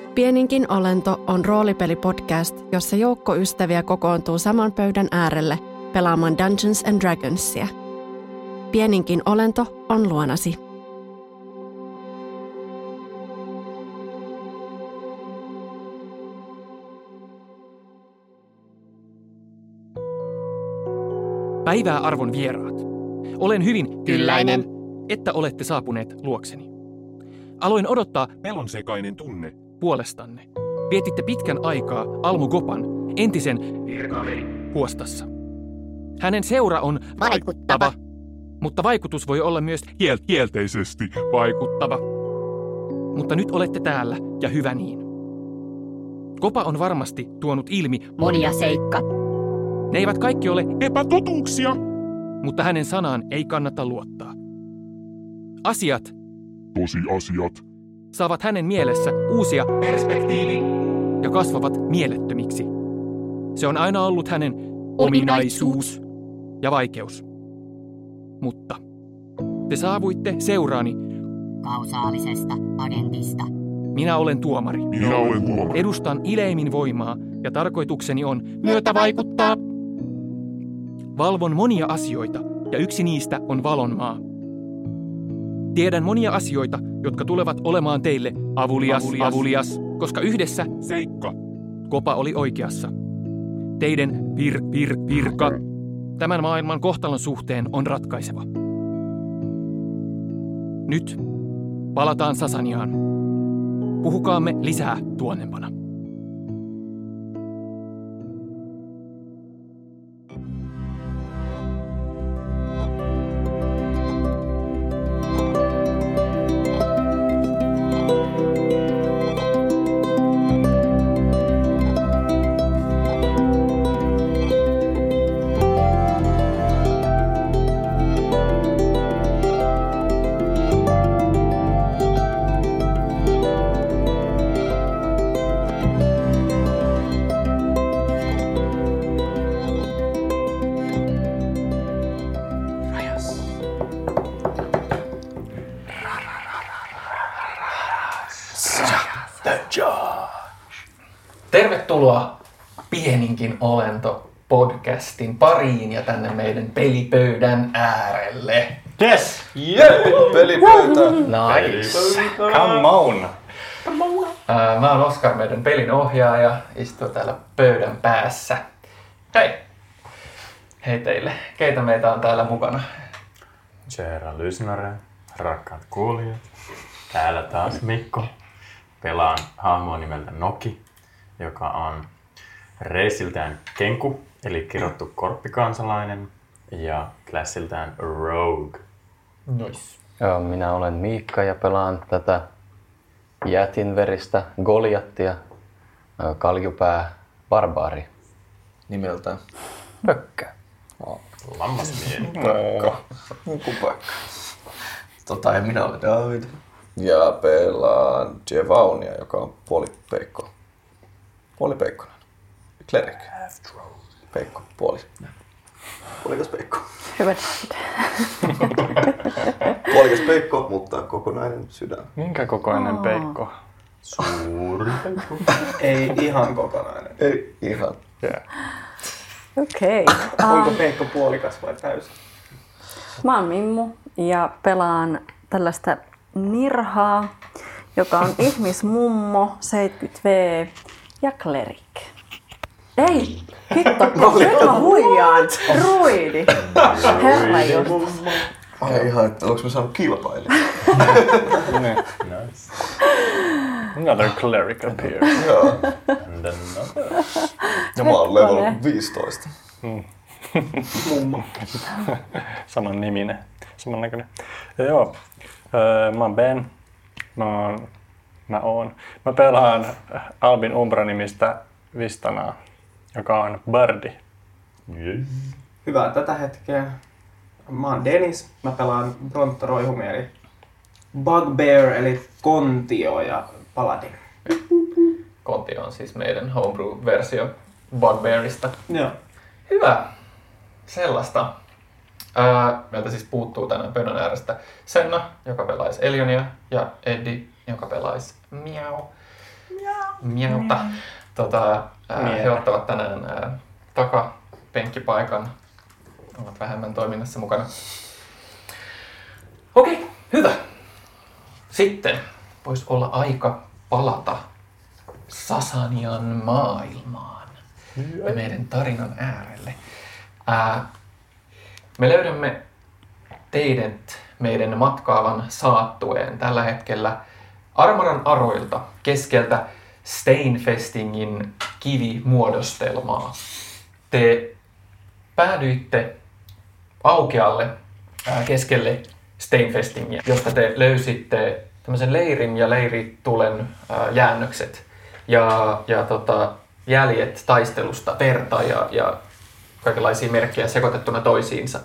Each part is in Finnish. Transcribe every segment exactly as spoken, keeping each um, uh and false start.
Pieninkin olento on roolipelipodcast, jossa joukko ystäviä kokoontuu saman pöydän äärelle pelaamaan Dungeons and Dragonsia. Pieninkin olento on luonasi. Päivää arvon vieraat. Olen hyvin kylläinen, että olette saapuneet luokseni. Aloin odottaa pelonsekainen tunne puolestanne. Vietitte pitkän aikaa Almu Gopan, entisen virkaveli, huostassa. Hänen seura on vaikuttava, mutta vaikutus voi olla myös Kiel- kielteisesti vaikuttava. Mutta nyt olette täällä, ja hyvä niin. Gopa on varmasti tuonut ilmi monia seikka. Ne eivät kaikki ole epätotuuksia, mutta hänen sanaan ei kannata luottaa. Asiat, tosiasiat, saavat hänen mielessä uusia perspektiivi ja kasvavat mielettömiksi. Se on aina ollut hänen ominaisuus ja vaikeus. Mutta te saavuitte seuraani kausaalisesta agentista. Minä olen tuomari. Minä olen tuomari. Edustan Ileimin voimaa ja tarkoitukseni on myötävaikuttaa. Valvon monia asioita ja yksi niistä on Valonmaa. Tiedän monia asioita, jotka tulevat olemaan teille avulias, avulias, avulias koska yhdessä seikka Gopa oli oikeassa. Teidän vir, vir, virka tämän maailman kohtalon suhteen on ratkaiseva. Nyt palataan Sasaniaan. Puhukaamme lisää tuonnempana. Tervetuloa Pieninkin olento podcastin pariin ja tänne meidän pelipöydän äärelle. Yes! Yeah! Pelipöytä! Nice! Come on! Ää, mä oon Oskar, meidän pelin ohjaaja, istuu täällä pöydän päässä. Hei! Hei teille. Keitä meitä on täällä mukana? Kära lyssnare, rakkaat kuulijat. Täällä taas Mikko. Pelaan hahmoa nimeltä Noki, joka on reisiltään kenku, eli kirottu korppikansalainen, ja klassiltään rogue. Nice. Joo, minä olen Miikka ja pelaan tätä jätinveristä Goliattia, kaljupää barbaari. Nimeltään Pökkä. Lammasmieli. Pökkä. Kupakka. Tota, ja minä olen David. Ja pelaan Jevaunia, joka on puolipeikko. Puolipeikkonen. Cleric. Peikko, puoli. Puolikas peikko. Hyvä. Puolikas peikko, mutta kokonainen sydän. Minkä kokoinen peikko? Suuri peikko. Ei ihan kokonainen. Ei ihan. Yeah. Okei. Okay. Onko peikko puolikas vai täysin? Mä oon Mimmu ja pelaan tällaista Nirhaa, joka on ihmismummo, seitsemänkymmentä vuotta ja cleric. Ei, hitto, nyt mä huijaan. Druidi. Herra just. Ai ihan, että onko mä saanut kilpailija? Nice. Another cleric appears. Joo. And another. Ja mä oon level viisitoista. Mm. Mummo. Saman niminen. Saman näköinen. Ja joo. Öö, mä oon Ben. Mä oon... Mä oon. Mä pelaan Albin Umbra-nimistä Vistanaa, joka on bardi. Yes. Hyvää tätä hetkeä. Mä oon Dennis. Mä pelaan Bronto Roihumieli. Bugbear eli Kontio ja Paladin. Kontio on siis meidän homebrew-versio Bugbearista. Joo. Hyvä. Sellaista. Ää, meiltä siis puuttuu tänään pöydän äärestä Senna, joka pelaisi Elionia, ja Eddie, joka pelaisi Miau. Miau. Miauta. Tota, ää, he ottavat tänään ää, takapenkkipaikan. Ovat vähemmän toiminnassa mukana. Okei, hyvä. Sitten voisi olla aika palata Sasanian maailmaan ja meidän tarinan äärelle. Ää, me löydämme teidät meidän matkaavan saattueen tällä hetkellä Armaran aroilta keskeltä Steinfestingin kivimuodostelmaa. Te päädyitte aukealle ää, keskelle Steinfestingia, josta te löysitte tämmöisen leirin ja leiritulen ää, jäännökset ja, ja tota, jäljet taistelusta, verta ja, ja kaikenlaisia merkkejä sekoitettuna toisiinsa.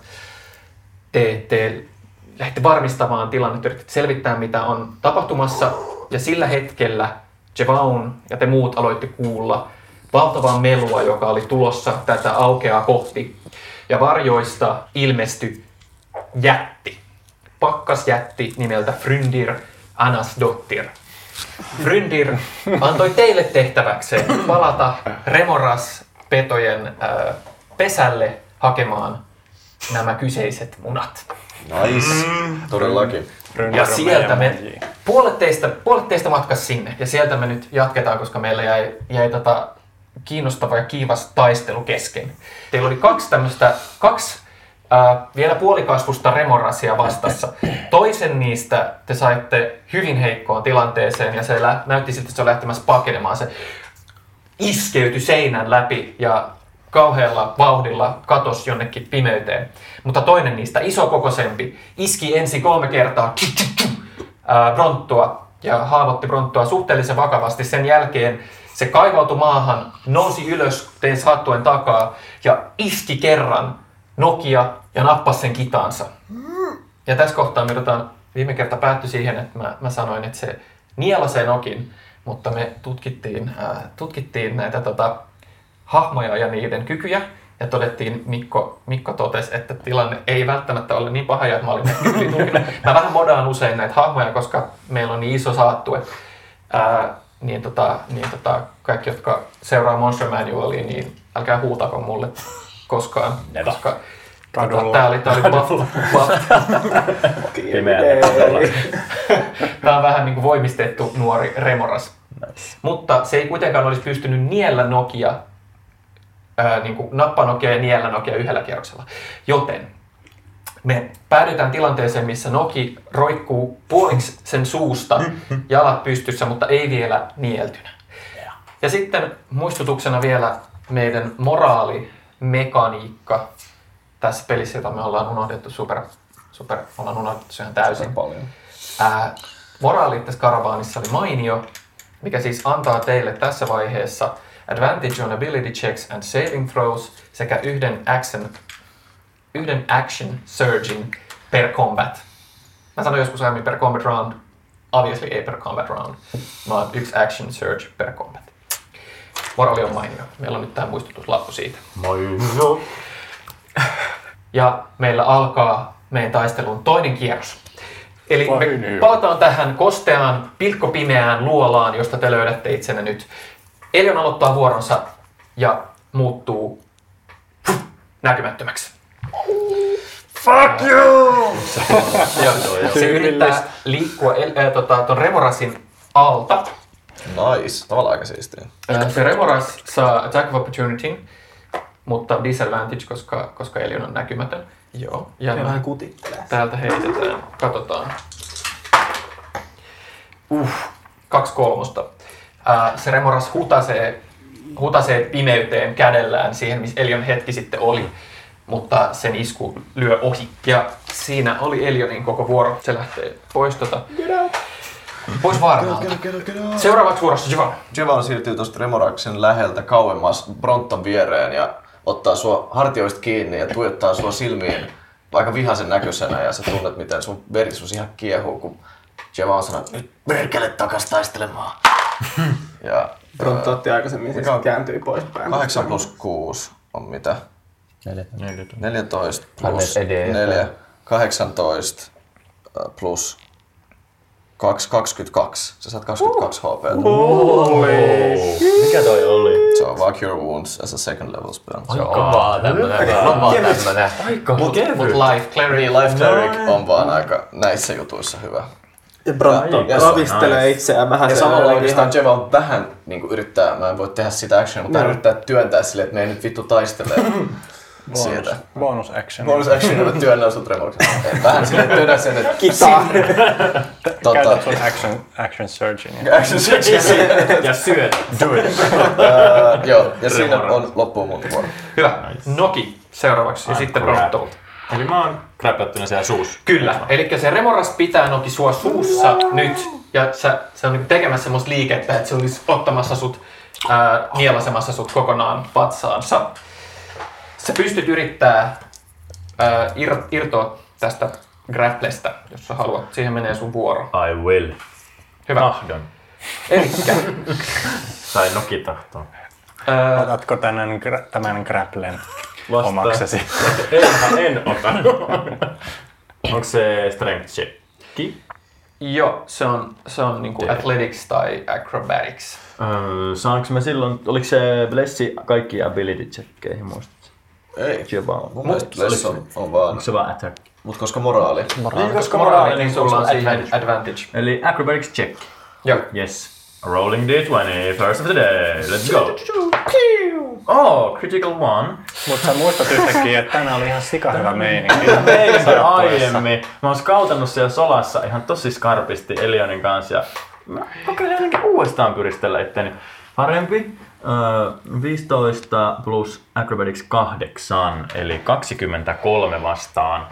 Te, te lähditte varmistamaan tilannetta, yritätte selvittää mitä on tapahtumassa ja sillä hetkellä Jevaun ja te muut aloitte kuulla valtavaa melua, joka oli tulossa tätä aukeaa kohti. Ja varjoista ilmestyi jätti. Pakkasjätti nimeltä Fryndir Anasdottir. Fryndir antoi teille tehtäväkseen palata Remoras-petojen äh, pesälle hakemaan nämä kyseiset munat. Nice. Todellakin. Ja sieltä me, puolet teistä, puolet teistä matkas sinne ja sieltä me nyt jatketaan, koska meillä jäi, jäi tota kiinnostava ja kiivas taistelu kesken. Teillä oli kaksi tämmöistä, kaksi ää, vielä puolikasvusta remorasia vastassa. Toisen niistä te saitte hyvin heikkoon tilanteeseen ja se lä- näytti siltä, että se on lähtemässä pakenemaan. Se iskeytyi seinän läpi ja kauhealla vauhdilla katosi jonnekin pimeyteen. Mutta toinen niistä, isokokoisempi, iski ensin kolme kertaa ää, Bronttua ja haavoitti Bronttua suhteellisen vakavasti. Sen jälkeen se kaivautui maahan, nousi ylös teidän saattuen takaa ja iski kerran Nokia ja nappasi sen kitaansa. Ja tässä kohtaa me odotaan, viime kerta päättyi siihen, että mä, mä sanoin, että se nielasee Nokin, mutta me tutkittiin, ää, tutkittiin näitä tota, hahmoja ja niiden kykyjä. Ja todettiin, Mikko, Mikko totesi, että tilanne ei välttämättä ole niin paha, että mä olin ehkä ylitulkinut. Mä vähän modaan usein näitä hahmoja, koska meillä on niin iso saattue. Ää, niin, tota, niin tota, kaikki, jotka seuraa Monster Manualia, niin älkää huutako mulle koskaan. Koska tota, tää oli, tää oli buff, buff. Tää on vähän niin kuin voimistettu nuori Remoras. Nice. Mutta se ei kuitenkaan olisi pystynyt niellä Nokia, ää, niin kuin nappa Nokia ja niellä Nokia yhdellä kierroksella. Joten me päädytään tilanteeseen, missä Noki roikkuu puoliksi sen suusta, jalat pystyssä, mutta ei vielä nieltynä. Ja sitten muistutuksena vielä meidän moraalimekaniikka tässä pelissä, jota me ollaan unohdettu super, super ollaan unohdettu sen täysin. Ää, moraali tässä karavaanissa oli mainio, mikä siis antaa teille tässä vaiheessa advantage on ability checks and saving throws sekä yhden action, yhden action surging per combat. Mä sanoin joskus aiemmin per combat round, obviously ei per combat round, vaan yksi action surge per combat. Moraali on mainio. Meillä on nyt tää muistutuslappu siitä. Mainio. Ja meillä alkaa meidän taistelun toinen kierros. Eli me palataan tähän kosteaan, pilkkopimeään luolaan, josta te löydätte itsenne nyt. Elion aloittaa vuoronsa ja muuttuu näkymättömäksi. Fuck you! Se yrittää liikkua äh, tota, ton Remorasin alta. Nice. Tavallaan aika siistiä. Äh, se Remoras saa attack of opportunity, mutta disadvantage, koska, koska Elion on näkymätön. Joo. Ja vähän kutittelee. Täältä heitetään. Katsotaan. Uh, kaksi kolmosta. Äh, se Remoras hutasee, hutasee pimeyteen kädellään siihen, missä Elion hetki sitten oli. Mutta sen isku lyö ohi. Ja siinä oli Elionin koko vuoro. Se lähtee pois tota. Pois vaaralta. Seuraavaksi vuorossa Jevan. Jevan siirtyy tuosta Remoraksen läheltä kauemmas Bronton viereen ja ottaa sua hartioista kiinni ja tuijottaa sua silmiin aika vihaisen näköisenä ja sä tunnet, miten sun verisuus ihan kiehuu, kun Jevan sanoo, nyt perkele takas taistelemaan. Ja Bronto otti aikaisemmin, siis kääntyi poispäin. kahdeksan plus kuusi on mitä? neljätoista. neljätoista plus neljä. kahdeksantoista plus kaksi kaksikymmentäkaksi. Sä saat kaksikymmentäkaksi H P:tä. Mikä toi oli? Se on vaan Cure Wounds as a second level spell. Se on vaan tämmönen. On vaan tämmönen. Mut, mut life cleric, niin, life cleric on vaan aika näissä jutuissa hyvä. Ja Bronto ravistelee itseään vähän. Ja samalla oikeastaan Jeva on vähän niinku yrittää, mä en voi tehdä sitä actionia, mutta hän yrittää työntää silleen, että me ei nyt vittu taistelee sieltä. Bonus action. Bonus action, että työnnää sut remorksen. Vähän silleen työnnää sen, että kitaa. Käytät sun action, action surgeon. Action surgeon. Ja syöt. Do it. Joo, ja siinä on loppuun mun vuoro. Hyvä. Noki seuraavaksi ja sitten Bronto. Eli mä oon kräpättynä siellä suussa. Kyllä. Eli se remoras pitää Noki sua suussa nyt. Ja sä, se on niin tekemässä semmoista liikettä, että se olisi ottamassa sut, ää, nielasemassa sut kokonaan patsaansa. Sä pystyt yrittää ää, ir, irtoa tästä grapplesta, jos sä haluat. Siihen menee sun vuoro. I will. Hyvä. Tahdon. Elikkä. Tai Noki tahtoo. Ää, Otatko tämän, tämän grapplen Vasta. omaksesi? En, en ota. Onko se strength check? Joo, se on, se on niinku athletics tai acrobatics. Öö, saanko mä silloin, oliko se Blessi kaikki ability checkkeihin muistatko? Ei. Vaan. Mun mielestä Bless on, on vaan. Onko se vaan attack? Mut koska moraali. Moraali. Koska moraali, niin sulla on siihen advantage. Eli acrobatics check. Joo. Yes. Rolling d twenty, first of the day. Let's go. Oh, critical one. Mutta sä muistat yhtäkkiä, että tänään oli ihan sikahyvä meininki. Meininki aiemmin. Mä oon skautannut siellä solassa ihan tosi skarpisti Elionin kanssa ja mä kokeilen jotenkin uudestaan pyristellä itteni. Parempi. Uh, viisitoista plus acrobatics kahdeksan, eli kaksikymmentäkolme vastaan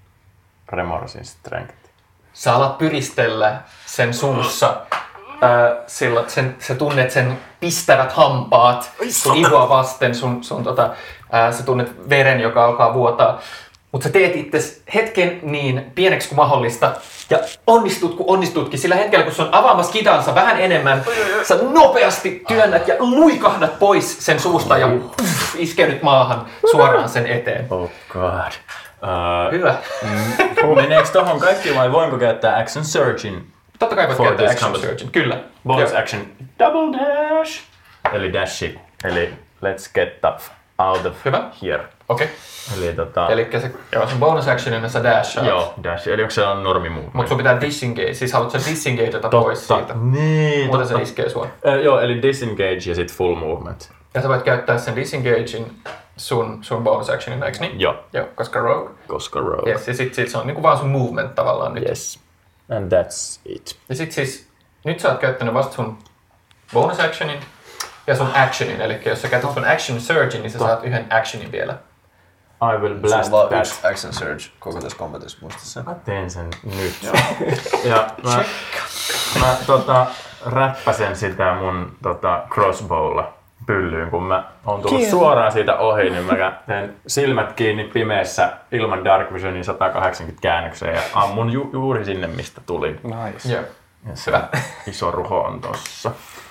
Remorsin strength. Sä alat pyristellä sen suussa. Äh, sillä sen, sä tunnet sen pistävät hampaat sun ihoa vasten, sun, sun tota, äh, sä tunnet veren, joka alkaa vuotaa. Mutta sä teet itses hetken niin pieneksi kuin mahdollista ja onnistut kun onnistutkin. Sillä hetkellä, kun se on avaamassa kitansa vähän enemmän, sä nopeasti työnnät ja luikahdat pois sen suusta ja pff, iskeydyt maahan suoraan sen eteen. Oh god. Uh, Hyvä. Meneekö tohon kaikki vai voinko käyttää action surgein? Totta kai voit For käyttää this action combat. surgeon, kyllä. Bonus Joo. action double dash. Eli dashi. Eli let's get tough out of Hyvä. here. Okei. Eli tota... Eli se, joo, sen bonus actionina sä dashaat. Joo, dash. Eli onko se on normi movement? Mut sun pitää disengage, siis haluat sä disengageta pois siitä. Niin, Muuten totta. se iskee sua. Äh, joo, eli disengage ja sit full movement. Ja sä voit käyttää sen disengagein sun, sun bonus actionina, eiks niin? Joo. Joo, koska rogue. Koska rogue. Yes, ja sit, sit se on niinku vaan sun movement tavallaan nyt. Yes. And that's it. Ja sit siis, nyt sä oot käyttänyt vasta sun bonus actionin ja sun actionin, eli jos sä käytät sun action surgein, niin sä saat yhden actionin vielä. I will Se blast on vaan that. yksi action surge koko tässä kombatissa, muista sen. Mä teen sen nyt. Ja mä, mä tota, räppäsen sitä mun tota, crossbowlla pyllyyn, kun mä oon tullut Kiel. suoraan siitä ohi, niin mä teen silmät kiinni pimeässä ilman dark visionin sata kahdeksankymmentä käännökseen ja ammun ju- juuri sinne, mistä tulin. Nice. Joo. Ja se iso ruho on tossa.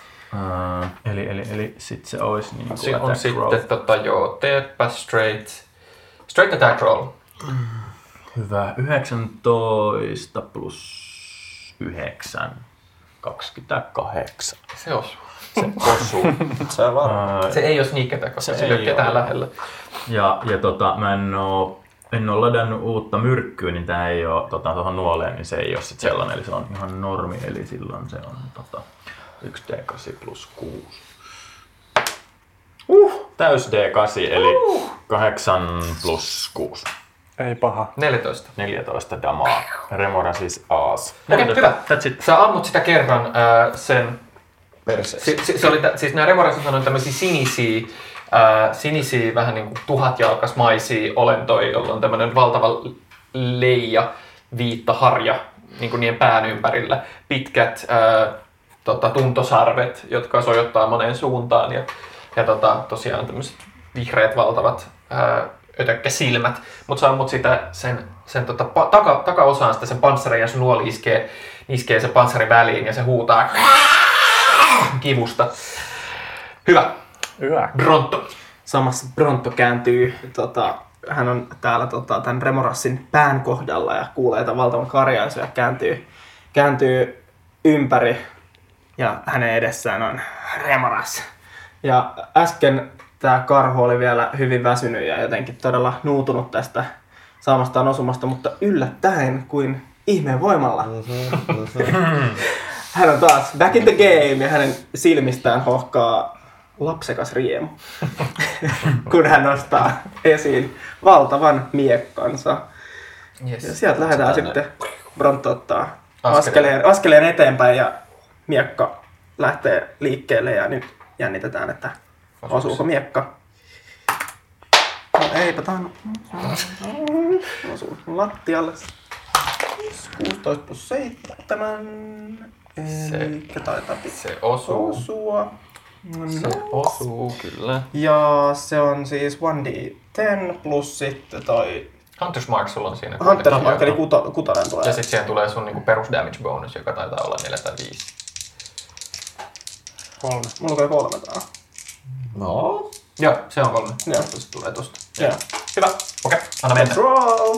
Uh, eli, eli, eli sit se ois niinku Siinä on attack roll. sitten, tota, joo, teepä straight, straight attack roll. Hyvä. yhdeksäntoista plus yhdeksän. kaksikymmentäkahdeksan. Se osuu. Se osuu. Sä vaan. Se ei ole sneak attack, koska Se sillä ei ole ei ketään ole. lähellä. Ja, ja tota, mä en oo, en oo ladannut uutta myrkkyä, niin tää ei oo tota, tuohon nuoleen, niin se ei oo sit sellainen, eli se on ihan normi, eli silloin se on tota, yksi d kahdeksan plus kuusi. Uh, täys d kahdeksan, eli kahdeksan plus kuusi. Ei paha. neljätoista. neljätoista damaa. Remora siis aas. Okei, okay, hyvä. That's it. Sä ammut sitä kerran ää, sen... Perseessä. Si, si, se oli, tä- siis nämä remorasit on tämmöisiä sinisiä, ää, sinisiä vähän niin kuin tuhatjalkasmaisia olentoja, joilla on tämmöinen valtava leija, viittaharja niin kuin niiden pään ympärillä. Pitkät ää, tota, tuntosarvet, jotka sojottaa moneen suuntaan ja, ja tota, tosiaan tämmöiset vihreät valtavat ää, ötökkäsilmät. Mutta sä ammut sitä sen, sen tota, pa, taka, takaosaan sitä sen panssarin ja sun nuoli iskee, iskee se panssari väliin ja se huutaa kivusta. Hyvä. Hyvä. Bronto. Samassa Bronto kääntyy, tota, hän on täällä tota, tämän Remorassin pään kohdalla ja kuulee tämän valtavan karjaisun ja kääntyy, kääntyy ympäri ja hänen edessään on Remoras. Ja äsken tää karhu oli vielä hyvin väsynyt ja jotenkin todella nuutunut tästä saamastaan osumasta, mutta yllättäen kuin ihmeen voimalla. Hän on taas back in the game ja hänen silmistään hohkaa lapsekas riemu, kun hän nostaa esiin valtavan miekkansa. Yes. Ja sieltä lähdetään Tänne. sitten Bronto ottaa Askeleen. askeleen, askeleen eteenpäin ja miekka lähtee liikkeelle ja nyt jännitetään, että osuuko miekka. No eipä tainnut. Osuu lattialle. kuusitoista plus seitsemän. Eli taitaa Se osuu. osua. Se osuu, kyllä. Ja se on siis yksi d kymmenen plus sitten toi Hunter's Mark sulla on siinä. Hunter's kuitenkin Mark, jo. eli kuto, kutonen tulee. Ja sitten siihen tulee sun niinku perus damage bonus, joka taitaa olla neljä tai viisi. Kolme. Mulla tulee kolme tää. No. Joo, se on kolme. Joo. Se tulee tosta. Joo. Hyvä. Okei, anna mennä. Roll.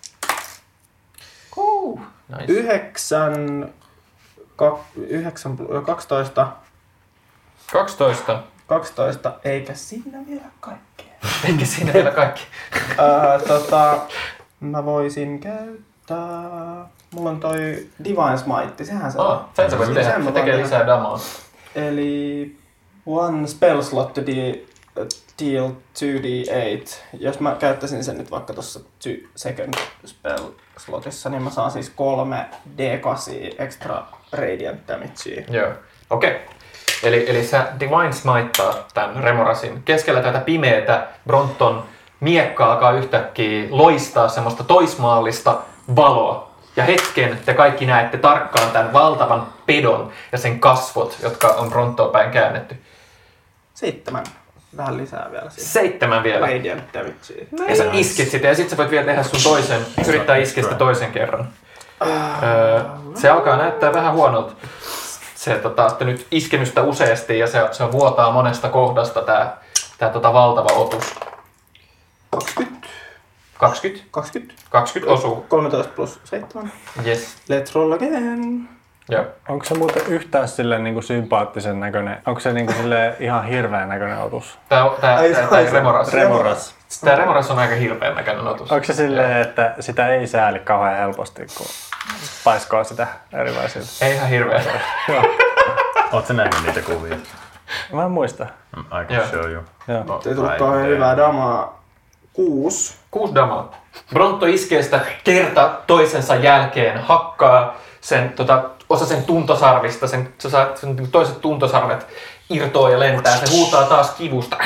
Cool. Nice. Yhdeksän, kak, yhdeksän, plu- kaksitoista, kaksitoista. kaksitoista, eikä siinä vielä kaikkea. Eikä siinä vielä kaikki. Öö, tota, mä voisin käyttää, mulla on toi Divine Smite, sehän se on. Ah, sen sä voit tehdä, Sen mä se voin tekee tehdä. lisää damaa. Eli one spell slot to de- deal two d eight. Jos mä käyttäisin sen nyt vaikka tuossa two second spell slotissa, niin mä saan siis kolme d kahdeksan extra radiant damagea. Joo. Okei. Okay. Eli, eli sä Divine Smitea tämän Remorasin. Keskellä tätä pimeätä Bronton miekka alkaa yhtäkkiä loistaa semmoista toismaallista valoa. Ja hetken te kaikki näette tarkkaan tämän valtavan pedon ja sen kasvot, jotka on Brontoon päin käännetty. Seitsemän. Vähän lisää vielä siitä. Seitsemän vielä. Radiant damagea. Ja sä iskit sitä ja sit sä voit vielä tehdä sun toisen, yrittää iskeä sitä toisen kerran. Öö, se alkaa näyttää vähän huonolta. Se tota, olette nyt iskenyt sitä useasti ja se, se vuotaa monesta kohdasta tää, tää tota valtava otus. kaksikymmentä. kaksikymmentä. kaksikymmentä. kaksikymmentä osuu. kolmetoista plus seitsemän. Yes. Let's roll again. Joo. Onko se muuten yhtään silleen niinku sympaattisen näköinen? Onko se niinku silleen ihan hirveän näköinen otus? Tää, tää, Ai, tää, tää ai, Remoras. Remoras. Tää Remoras on aika hirveän näköinen otus. Onko se silleen, että sitä ei sääli kauhean helposti, kun paiskoo sitä erilaisilta? Ei ihan hirveä. Joo. Oot sä nähnyt niitä kuvia? Mä en muista. I can Joo. show you. Joo. Ei tullut kauhean hyvää damaa. Kuusi. Kuusi damaa. Bronto iskee sitä kerta toisensa jälkeen, hakkaa sen, tota, osa sen tuntosarvista, sen, se saa, sen toiset tuntosarvet irtoaa ja lentää. Se huutaa taas kivusta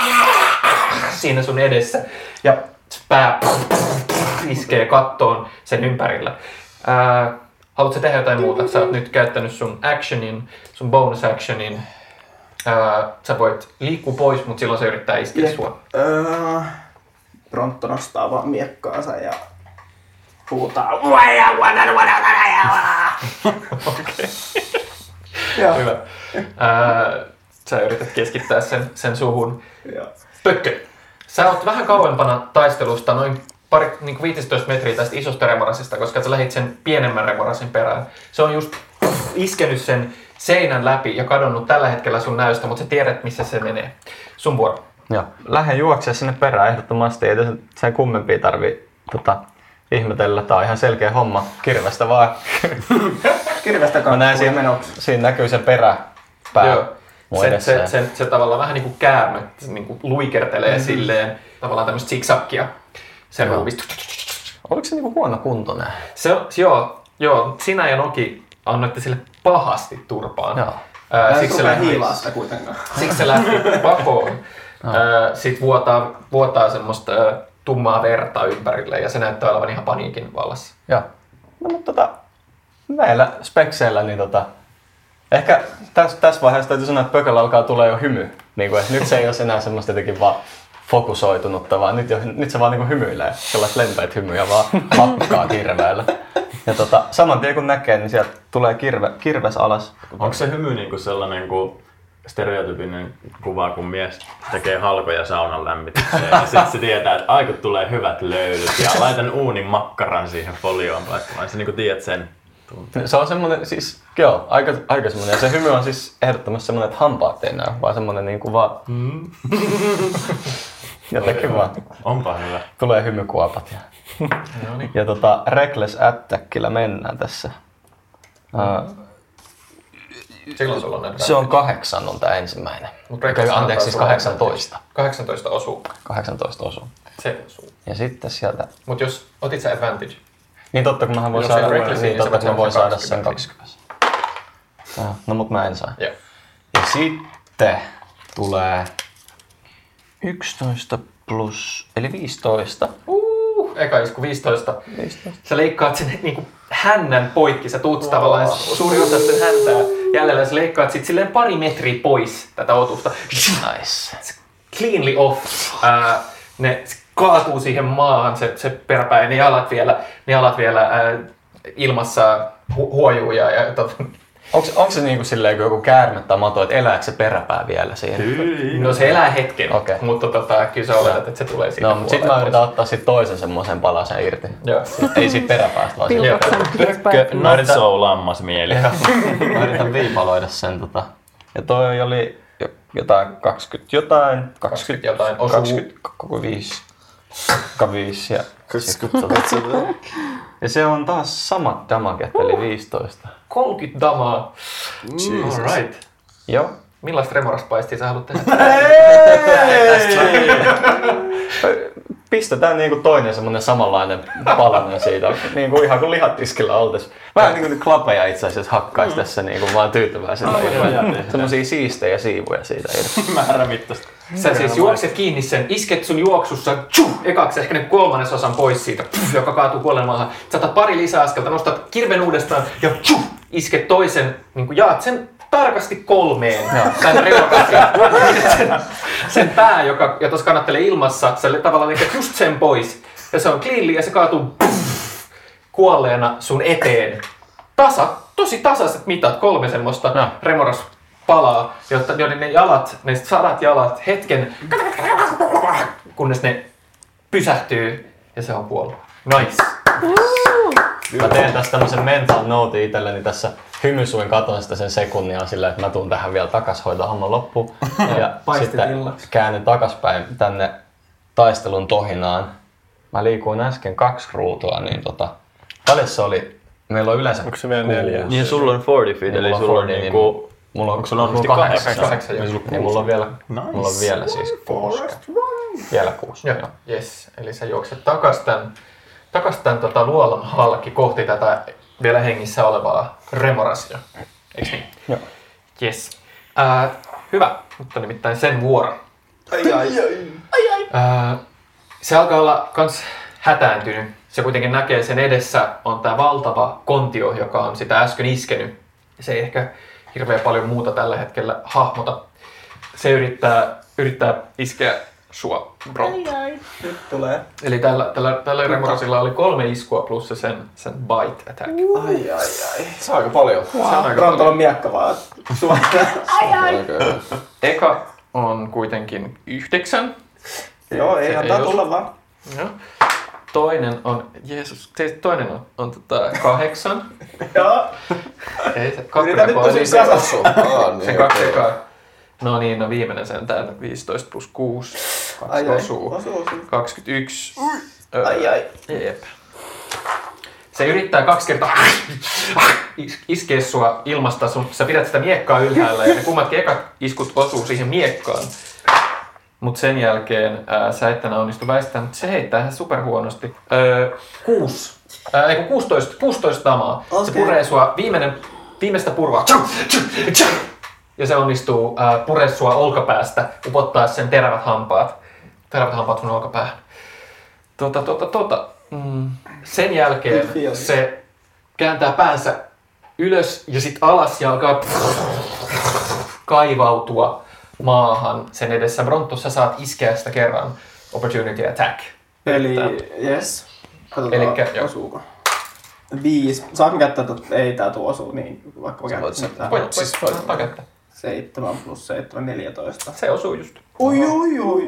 siinä sun edessä ja pää iskee kattoon sen ympärillä. Ää, haluatko tehdä jotain muuta? Sä oot nyt käyttänyt sun actionin, sun bonus actionin. Ää, sä voit liikkua pois, mutta silloin se yrittää iskeä Jep. sua. Öö, Bronto nostaa vaan miekkaansa ja huutaa. Joo. Hyvä. Ää, sä yrität keskittää sen, sen suhun. Joo. Pökkö, sä oot vähän kauempana taistelusta, noin pari, niin kuin viisitoista metriä tästä isosta remorasista, koska sä lähit sen pienemmän remorasin perään. Se on just iskenyt sen seinän läpi ja kadonnut tällä hetkellä sun näystä, mutta sä tiedät, missä se menee. Sun vuoro. Joo. Lähden juoksemaan sinne perään ehdottomasti. Ei tässä sen kummempia tarvii tota, ihmetellä. Tää on ihan selkeä homma. Kirvestä vaan. Kirvestä Mä näen kakkuu siinä, menoksi. siinä näkyy sen peräpää. Joo. mun Se, edessä. se, se, se tavallaan vähän niin kuin käärme, se niin kuin luikertelee mm-hmm. silleen, tavallaan tämmöistä zigzaggia sen Joo. ruuvista. Oliko se niinku huono kuntoinen? Se on, joo, joo, sinä ja Noki annoitte sille pahasti turpaan. Joo. Ää, Mä en siksi, se rupea lähti, hiilaa sitä kuitenkaan. siksi se lähti pakoon. Ää, Sitten vuotaa, vuotaa semmoista ää, tummaa verta ympärille ja se näyttää olevan ihan paniikin vallassa. Joo. No mutta tota, näillä spekseillä niin tota, ehkä tässä täs vaiheessa täytyy sanoa, että pökällä alkaa tulla jo hymy. Niin kuin, että nyt se ei ole enää semmoista jotenkin vaan fokusoitunutta, vaan nyt, jo, nyt se vaan niin kuin hymyilee. Sellaista lempeät hymyjä vaan hakkaa kirveellä. Ja tota, saman tien kun näkee, niin sieltä tulee kirve, kirves alas. Onko se hymy niinku sellainen kuin stereotypinen kuva, kun mies tekee halkoja saunan lämmitykseen ja sitten se tietää, että aikut tulee hyvät löylyt ja laitan uunin makkaran siihen folioon laittamaan. Sä niinku tiedät sen. tuntuu. Se on semmonen, siis joo, aika, aika semmonen. Ja se hymy on siis ehdottomasti semmonen, että hampaat ei näy, vaan semmonen niinku vaan... Mm. Jotenkin vaan. Onpa hyvä. Tulee hymykuopat. Ja, No niin. ja tota, Reckless Attackilla mennään tässä. Uh, Silloin sulla on näitä. se on kahdeksan on tää ensimmäinen. Mut Reckless Anteeksi, antaa siis sulle kahdeksantoista. kahdeksantoista osuu. kahdeksantoista osuu. Se osuu. Ja sitten sieltä... Mut jos otit sä advantage. Niin totta, kun mähän voin Jos saada, se on Reckless, niin niin totta, se kun mä voin on saada sen kaksikymmentä. kaksikymmentä. No mut mä en saa. Joo. Ja sitten tulee yksitoista plus, eli viisitoista. Uh, eka isku viisitoista. viisitoista. Sä leikkaat sen niinku hännän poikki, sä tuut tavallaan suuri osa sen häntää jäljellä, sä leikkaat sit silleen pari metriä pois tätä otusta. Nice. Cleanly off. Ää, ne kaatuu siihen maahan, se, se peräpää ja ne jalat vielä, ne jalat vielä ää, ilmassa hu- huojuu ja, ja tot, Onko, onko se niinku silleen kuin joku käärme tai mato, että elääkö se peräpää vielä siinä? no se elää hetken, Okei. mutta tota, kyllä sä oletat, että se tulee siitä No, mutta sit mä yritän ottaa sit toisen semmoisen palasen irti. Joo. Ei siitä peräpäästä, vaan siitä Pilkoksen Pökkö, Mä yritän- not so lammasmieli. Mä yritän viipaloida sen tota. Ja toi oli jo- jotain kaksikymmentä jotain. kaksikymmentä jotain osuu. kaksikymmentä, koko viisi. viisi ja kaksikymmentä. Ja se on taas samat damaget, eli viisitoista. kolmekymmentä damaa. Alright. Joo. Millaista remoraspaistia sä haluat tehdä? Pistetään niinku toinen semmonen samanlainen palanen siitä. Niinku ihan kuin lihatiskillä oltais. Vähän niinku klapeja itse asiassa hakkais tässä niinku vaan tyytyväisellä. Semmosia siistejä siivuja siitä irti. Määrä mittaista. Sä siis juokset kiinni sen, isket sun juoksussa, tjuh, ekaksi ehkä ne kolmannesosan pois siitä, pff, joka kaatuu kuolemaahan. Sä otat pari lisäaskelta, nostat kirven uudestaan ja tjuh, isket toisen, niin kuin jaat sen tarkasti kolmeen. Tän remorasin. sen, sen pää, joka, ja tuossa kannattelee ilmassa, sä tavallaan leikät just sen pois. Ja se on cleanly ja se kaatuu pff, kuolleena sun eteen. Tasa, tosi tasaiset mitat, kolme semmoista No. remoras palaa, jotta joiden ne jalat, ne sadat jalat hetken, kunnes ne pysähtyy ja se on kuollut. Nice. Mä teen tästä tämmösen mental note itselleni tässä. Hymysuin katon sitä sen sekunnia silleen, että mä tuun tähän vielä takas hoitaa homman loppuun. Ja sitten illaksi. käännyn takaspäin tänne taistelun tohinaan. Mä liikuin äsken kaksi ruutua, niin tota... Paljossa oli... Meillä on yleensä... Onko se vielä neljä? Niin sulla on neljäkymmentä feet, Niin, eli mulla on sulla on neljäkymmentä, niinku... Mulla on, Onko sulla mulla on kahdeksan? kahdeksan. Kahdeksan, joo. Niin mulla on vielä, Nice. mulla on vielä siis kuusi. Vielä kuusi. Joo, yes. Eli sä juokset takas tän, takas tän tota luolan halki kohti tätä vielä hengissä olevaa remorasia. Eiks niin? Joo. Yes. Äh, hyvä, mutta nimittäin sen vuoro. Ai ai ai. Äh, se alkaa olla kans hätääntynyt. Se kuitenkin näkee sen edessä on tää valtava kontio, joka on sitä äsken iskenyt. Se ei ehkä hirveän paljon muuta tällä hetkellä hahmota. Se yrittää, yrittää iskeä sua, Bronto. Nyt tulee. Eli tällä, tällä, tällä remorasilla oli kolme iskua plus se sen, sen bite attack. Ai ai ai. Se on aika paljon. Se on aika Brontolla paljon. on miekka vaan suoraan. Eka on kuitenkin yhdeksän. Joo, ei Se antaa ei tulla osu. vaan. Joo. Toinen on, Jeesus, te- toinen on, on tota kahdeksan. Joo. Ei, se kaksi Yritän nyt jakoa, pysyä eli se- kasassa. Se kaksi ekaa. No niin, no viimeinen sentään. viisitoista plus kuusi. Ai Kaksi ai. osuu. Osuu, osuu. kaksikymmentäyksi. Ai ai. Jep. Se yrittää kaksi kertaa is- iskeä sua ilmasta. Sun, sä pidät sitä miekkaa ylhäällä ja ne kummatkin ekat iskut osuu siihen miekkaan. Mut sen jälkeen ää, sä et enää onnistu väistämään, mutta se heittää ihan superhuonosti. Öö, kuusi. Ää, ei kun kuusitoista, kuusitoista damaa. Se Okei. puree sua viimeinen, viimeistä purvaa. Ja se onnistuu ää, puree sua olkapäästä, upottaa sen terävät hampaat. Terävät hampaat sun olkapäähän. Tota, tota, tota. Mm. Sen jälkeen Good feeling. se kääntää päänsä ylös ja sit alas ja alkaa kaivautua maahan sen edessä. Bronto, sä saat iskeä sitä kerran. Opportunity attack. Eli yes. Katsotaan, Elikkä, joo. osuuko. Viisi. Saanko käyttää tot? Ei tää tuu osuu niin, vaikka mä käyttäisin tää. Voit, voit, voit ottaa kättä. Seitsemän plus seitsemän, neljätoista. Se osuu just. Oi oi oi.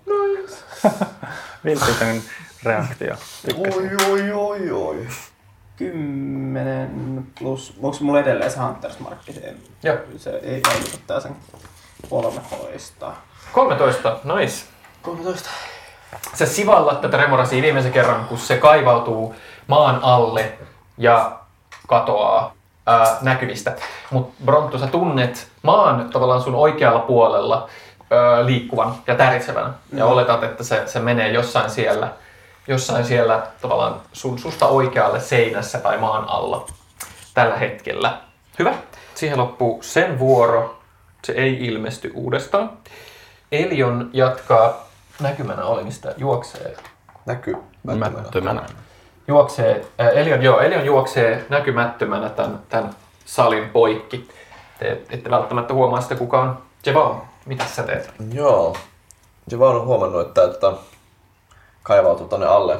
Vilpitön reaktio. Oi oi oi oi. kymmenen plus, onko mulla edelleen se Hunters Markki siinä? Joo. Se ei vaikuta tää sen kolmetoista. kolmetoista, nice. kolmetoista. Sä sivallat tätä Remorasia viimeisen kerran, kun se kaivautuu maan alle ja katoaa ää, näkyvistä. Mutta Brontto, sä tunnet maan tavallaan sun oikealla puolella ää, liikkuvan ja tärisevän. Mm. Ja oletat, että se, se menee jossain siellä, jossain siellä tavallaan sun, susta oikealle seinässä tai maan alla tällä hetkellä. Hyvä. Siihen loppuu sen vuoro. Se ei ilmesty uudestaan. Elion jatkaa näkymänä olemista, juoksee. Näkymättömänä. Juoksee, äh, Elion, joo, Elion juoksee näkymättömänä tämän, tämän salin poikki. Te ette välttämättä huomaa sitä, kuka on Jeval. Mitä sä teet? Joo. Jeval on huomannut, että, että kaivautuu tonne alle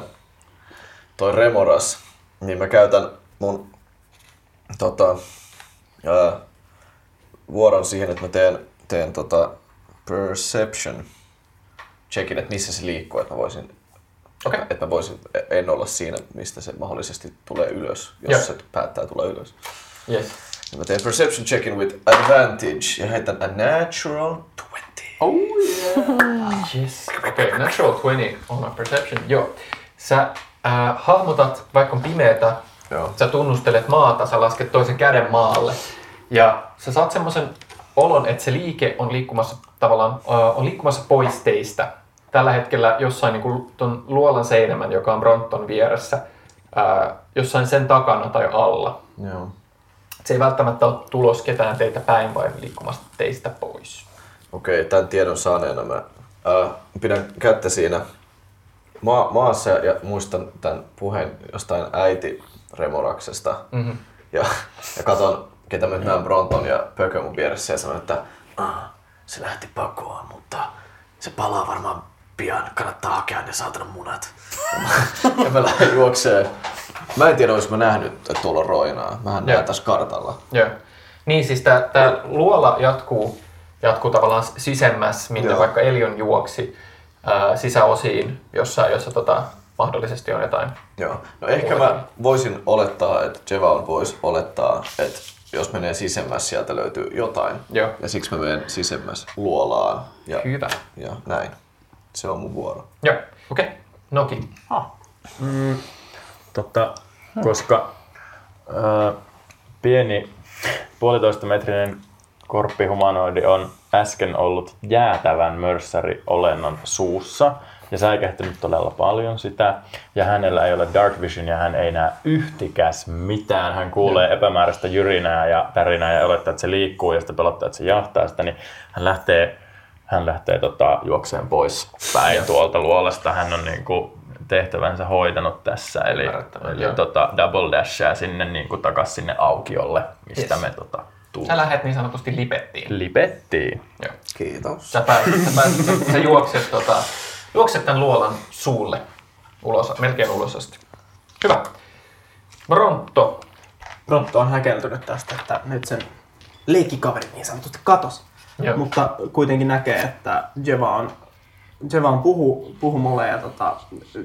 toi Remoras. Niin mä käytän mun tota, ää, vuoron siihen, että mä teen, teen tota perception checkin, että missä se liikkuu, että mä voisin, okay. että mä voisin en olla siinä, mistä se mahdollisesti tulee ylös, jos yeah. se päättää tulla ylös. Yes. Ja mä teen perception checkin with advantage ja heitän a natural twenty. Oh yeah! Yes. Okei, okay, natural twenty on a perception. Joo. Sä äh, hahmotat, vaikka on pimeätä, Joo. sä tunnustelet maata, sä lasket toisen käden maalle ja sä saat semmoisen olon, että se liike on liikkumassa tavallaan uh, on liikkumassa pois teistä. Tällä hetkellä jossain niin kuin ton luolan seinämän, joka on Bronton vieressä, uh, jossain sen takana tai alla. Joo. Se ei välttämättä ole tulos ketään teitä päin, vai liikkumasta teistä pois. Okei, okay, tämän tiedon saaneena mä uh, pidän kättä siinä ma- maassa ja muistan tämän puheen jostain äiti Remoraksesta. Mm-hmm. Ja, ja katon, ketä mä näen Bronton ja Pökö mun vieressä ja sanon, että ah, se lähti pakoon, mutta se palaa varmaan pian. Kannattaa hakea ne saatana munat. Ja mä lähden juokseen. Mä en tiedä, olis mä nähnyt, että tuolla on roinaa. Mähän näen tässä kartalla. Joo. Niin siis tää, tää luola jatkuu, jatkuu tavallaan sisemmäs, minne Joo. vaikka Elion juoksi ää, sisäosiin, jossa, jossa tota, mahdollisesti on jotain. Joo. No ehkä mä voisin olettaa, että Jeval voisi olettaa, että jos menee sisemmäs, sieltä löytyy jotain. Joo. Ja siksi mä menen sisemmäs luolaan. Ja, Hyvä. Ja näin. Se on mun vuoro. Joo. Okei. Okay. Noki. Ah. Mm, totta, hmm. koska ää, pieni puolitoista metrinen korppihumanoidi on äsken ollut jäätävän mörssäriolennon suussa ja säikähtänyt todella paljon sitä. Ja hänellä ei ole dark vision ja hän ei näe yhtikäs mitään. Hän kuulee epämääräistä jyrinää ja tärinää ja olettaa, että se liikkuu ja sitten pelottaa, että se jahtaa sitä. Niin hän lähtee, hän lähtee tota, juokseen pois päin tuolta luolasta. Hän on niin kuin tehtävänsä hoitanut tässä. Eli, eli tota, double dashaa sinne niin kuin takas sinne aukiolle, mistä yes. me tota, tullaan. Sä lähet niin sanotusti lipettiin. Lipettiin. Joo. Kiitos. Sä, pääset, sä, pääset, sä, sä juokset, tota, juokset tämän luolan suulle, ulos, melkein ulos asti. Hyvä. Brontto. Brontto on häkeltynyt tästä, että nyt sen leikkikaveri niin sanotusti katos. Joo. Mutta kuitenkin näkee, että Jeva on Jevan puhu, puhu mulle ja tota,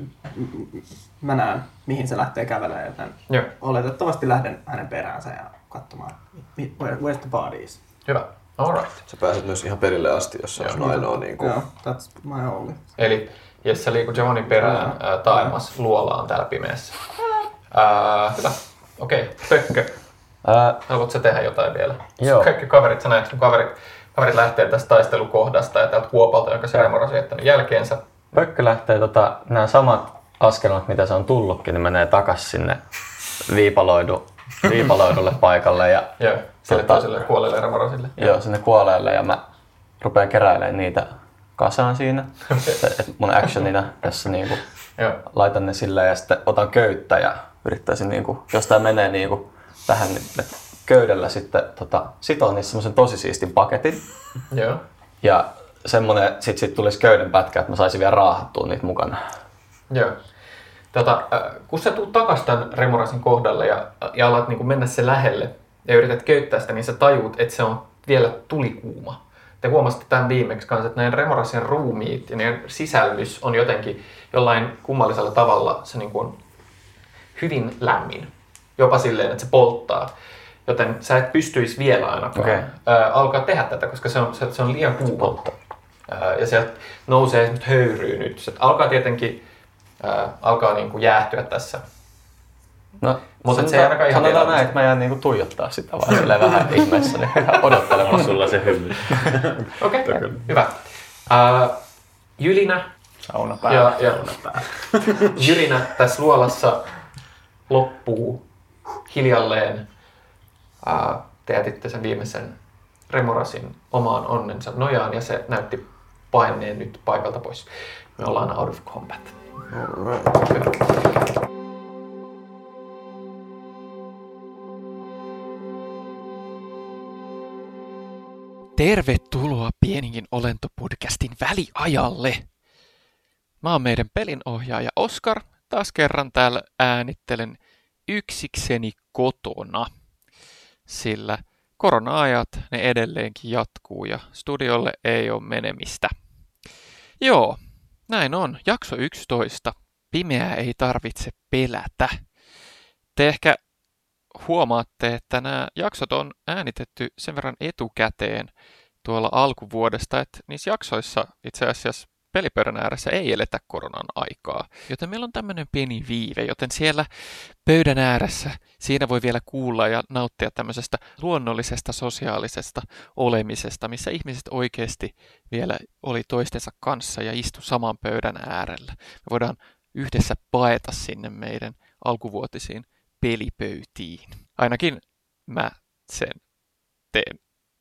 mä näen, mihin se lähtee kävelemään, joten Joo. oletettavasti lähden hänen peräänsä ja katsomaan, where, where's the bodies. Hyvä, alright. Sä pääset myös ihan perille asti, jos se on ainoa niin kuin... Joo, that's my only. Eli jos sä liikut Javonin perään ää, taimas luolaan täällä pimeässä. Ää, hyvä, okei, okay. Pökkö. Ää... Haluatko sä tehdä jotain vielä? Joo. Kaikki kaverit, sä näet, kun kaverit Kaverit lähtee tästä taistelukohdasta ja täältä kuopalta, jonka se Remora on jättänyt jälkeensä. Pökkö lähtee tota, nämä samat askelmat, mitä se on tullutkin, niin menee takas sinne viipaloidu, viipaloidulle paikalle. Ja, joo, sille tota, toiselle kuolleelle Remorasille. Joo, sinne kuolleelle ja mä rupean keräilemään niitä kasaan siinä. Et mun actionina tässä niinku laitan ne silleen ja sitten otan köyttä ja yrittäisin, niinku, jos tää menee niinku tähän niin köydellä sitten tota, sitoon niissä semmoisen tosi siistin paketin. Joo. Ja semmonen, sit, sit tulisi köyden pätkä, että mä saisin vielä raahattua niitä mukana. Joo. Tota, kun sä tuut takas tämän Remorasin kohdalle ja, ja alat niin mennä se lähelle ja yrität köyttää sitä, niin sä tajuut, että se on vielä tulikuuma. Te huomasitte tämän viimeksi kanssa, että näiden Remorasin ruumiit ja niiden sisällys on jotenkin jollain kummallisella tavalla se niin kuin hyvin lämmin. jopa silleen, että se polttaa. Joten sä et pystyisi vielä ainakaan okay. ää, alkaa tehdä tätä, koska se on, se, se on liian kuuma. Ää, ja sieltä nousee esimerkiksi höyryy nyt. Se alkaa tietenkin ää, alkaa niinku jäähtyä tässä. No, mutta se ei ainakaan ihan sanotaan näin, että mä jään niinku tuijottaa sitä vaan silleen vähän ihmeessä, niin odottelemaan. Sulla se hymy. Okei, okay, hyvä. Ää, Jylinä. Sauna päällä. Ja, ja Jylinä tässä luolassa loppuu hiljalleen. Ää, te jätitte sen viimeisen Remorasin omaan onnensa nojaan ja se näytti paineen nyt paikalta pois. Me ollaan out of combat. Tervetuloa Pieninkin olento-podcastin väliajalle. Mä oon meidän pelinohjaaja Oskar. Taas kerran täällä äänittelen yksikseni kotona, sillä korona-ajat ne edelleenkin jatkuu ja studiolle ei ole menemistä. Joo, näin on. Jakso yksitoista. Pimeää ei tarvitse pelätä. Te ehkä huomaatte, että nämä jaksot on äänitetty sen verran etukäteen tuolla alkuvuodesta, että niissä jaksoissa itse asiassa pelipöydän ääressä ei eletä koronan aikaa. Joten meillä on tämmöinen pieni viive, joten siellä pöydän ääressä siinä voi vielä kuulla ja nauttia tämmöisestä luonnollisesta sosiaalisesta olemisesta, missä ihmiset oikeasti vielä oli toistensa kanssa ja istu saman pöydän äärellä. Me voidaan yhdessä paeta sinne meidän alkuvuotisiin pelipöytiin. Ainakin mä sen teen.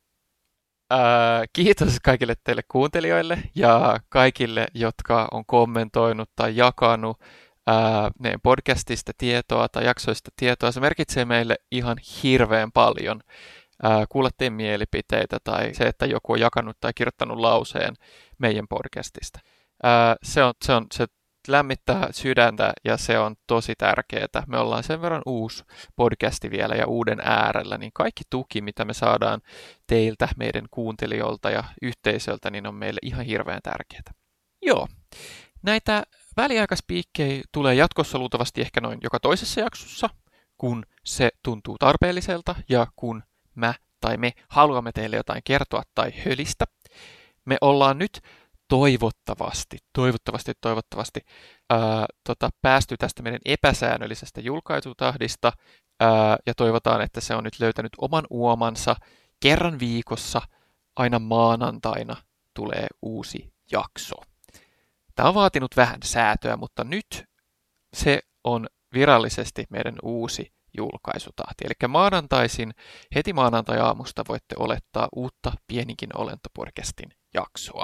Ää, kiitos kaikille teille kuuntelijoille ja kaikille, jotka on kommentoinut tai jakanut ää, meidän podcastista tietoa tai jaksoista tietoa. Se merkitsee meille ihan hirveän paljon. Ää, kuulla teidän mielipiteitä tai se, että joku on jakanut tai kirjoittanut lauseen meidän podcastista. Ää, se on se, on, se lämmittää sydäntä ja se on tosi tärkeää. Me ollaan sen verran uusi podcasti vielä ja uuden äärellä, niin kaikki tuki, mitä me saadaan teiltä, meidän kuuntelijoilta ja yhteisöltä, niin on meille ihan hirveän tärkeää. Joo, näitä väliaikaispiikkejä tulee jatkossa luultavasti ehkä noin joka toisessa jaksossa, kun se tuntuu tarpeelliselta ja kun mä tai me haluamme teille jotain kertoa tai hölistä. Me ollaan nyt toivottavasti, toivottavasti, toivottavasti ää, tota, päästy tästä meidän epäsäännöllisestä julkaisutahdista ää, ja toivotaan, että se on nyt löytänyt oman uomansa. Kerran viikossa, aina maanantaina, tulee uusi jakso. Tämä on vaatinut vähän säätöä, mutta nyt se on virallisesti meidän uusi julkaisutahti. Eli maanantaisin, heti maanantai-aamusta voitte olettaa uutta Pieninkin olento-podcastin jaksoa.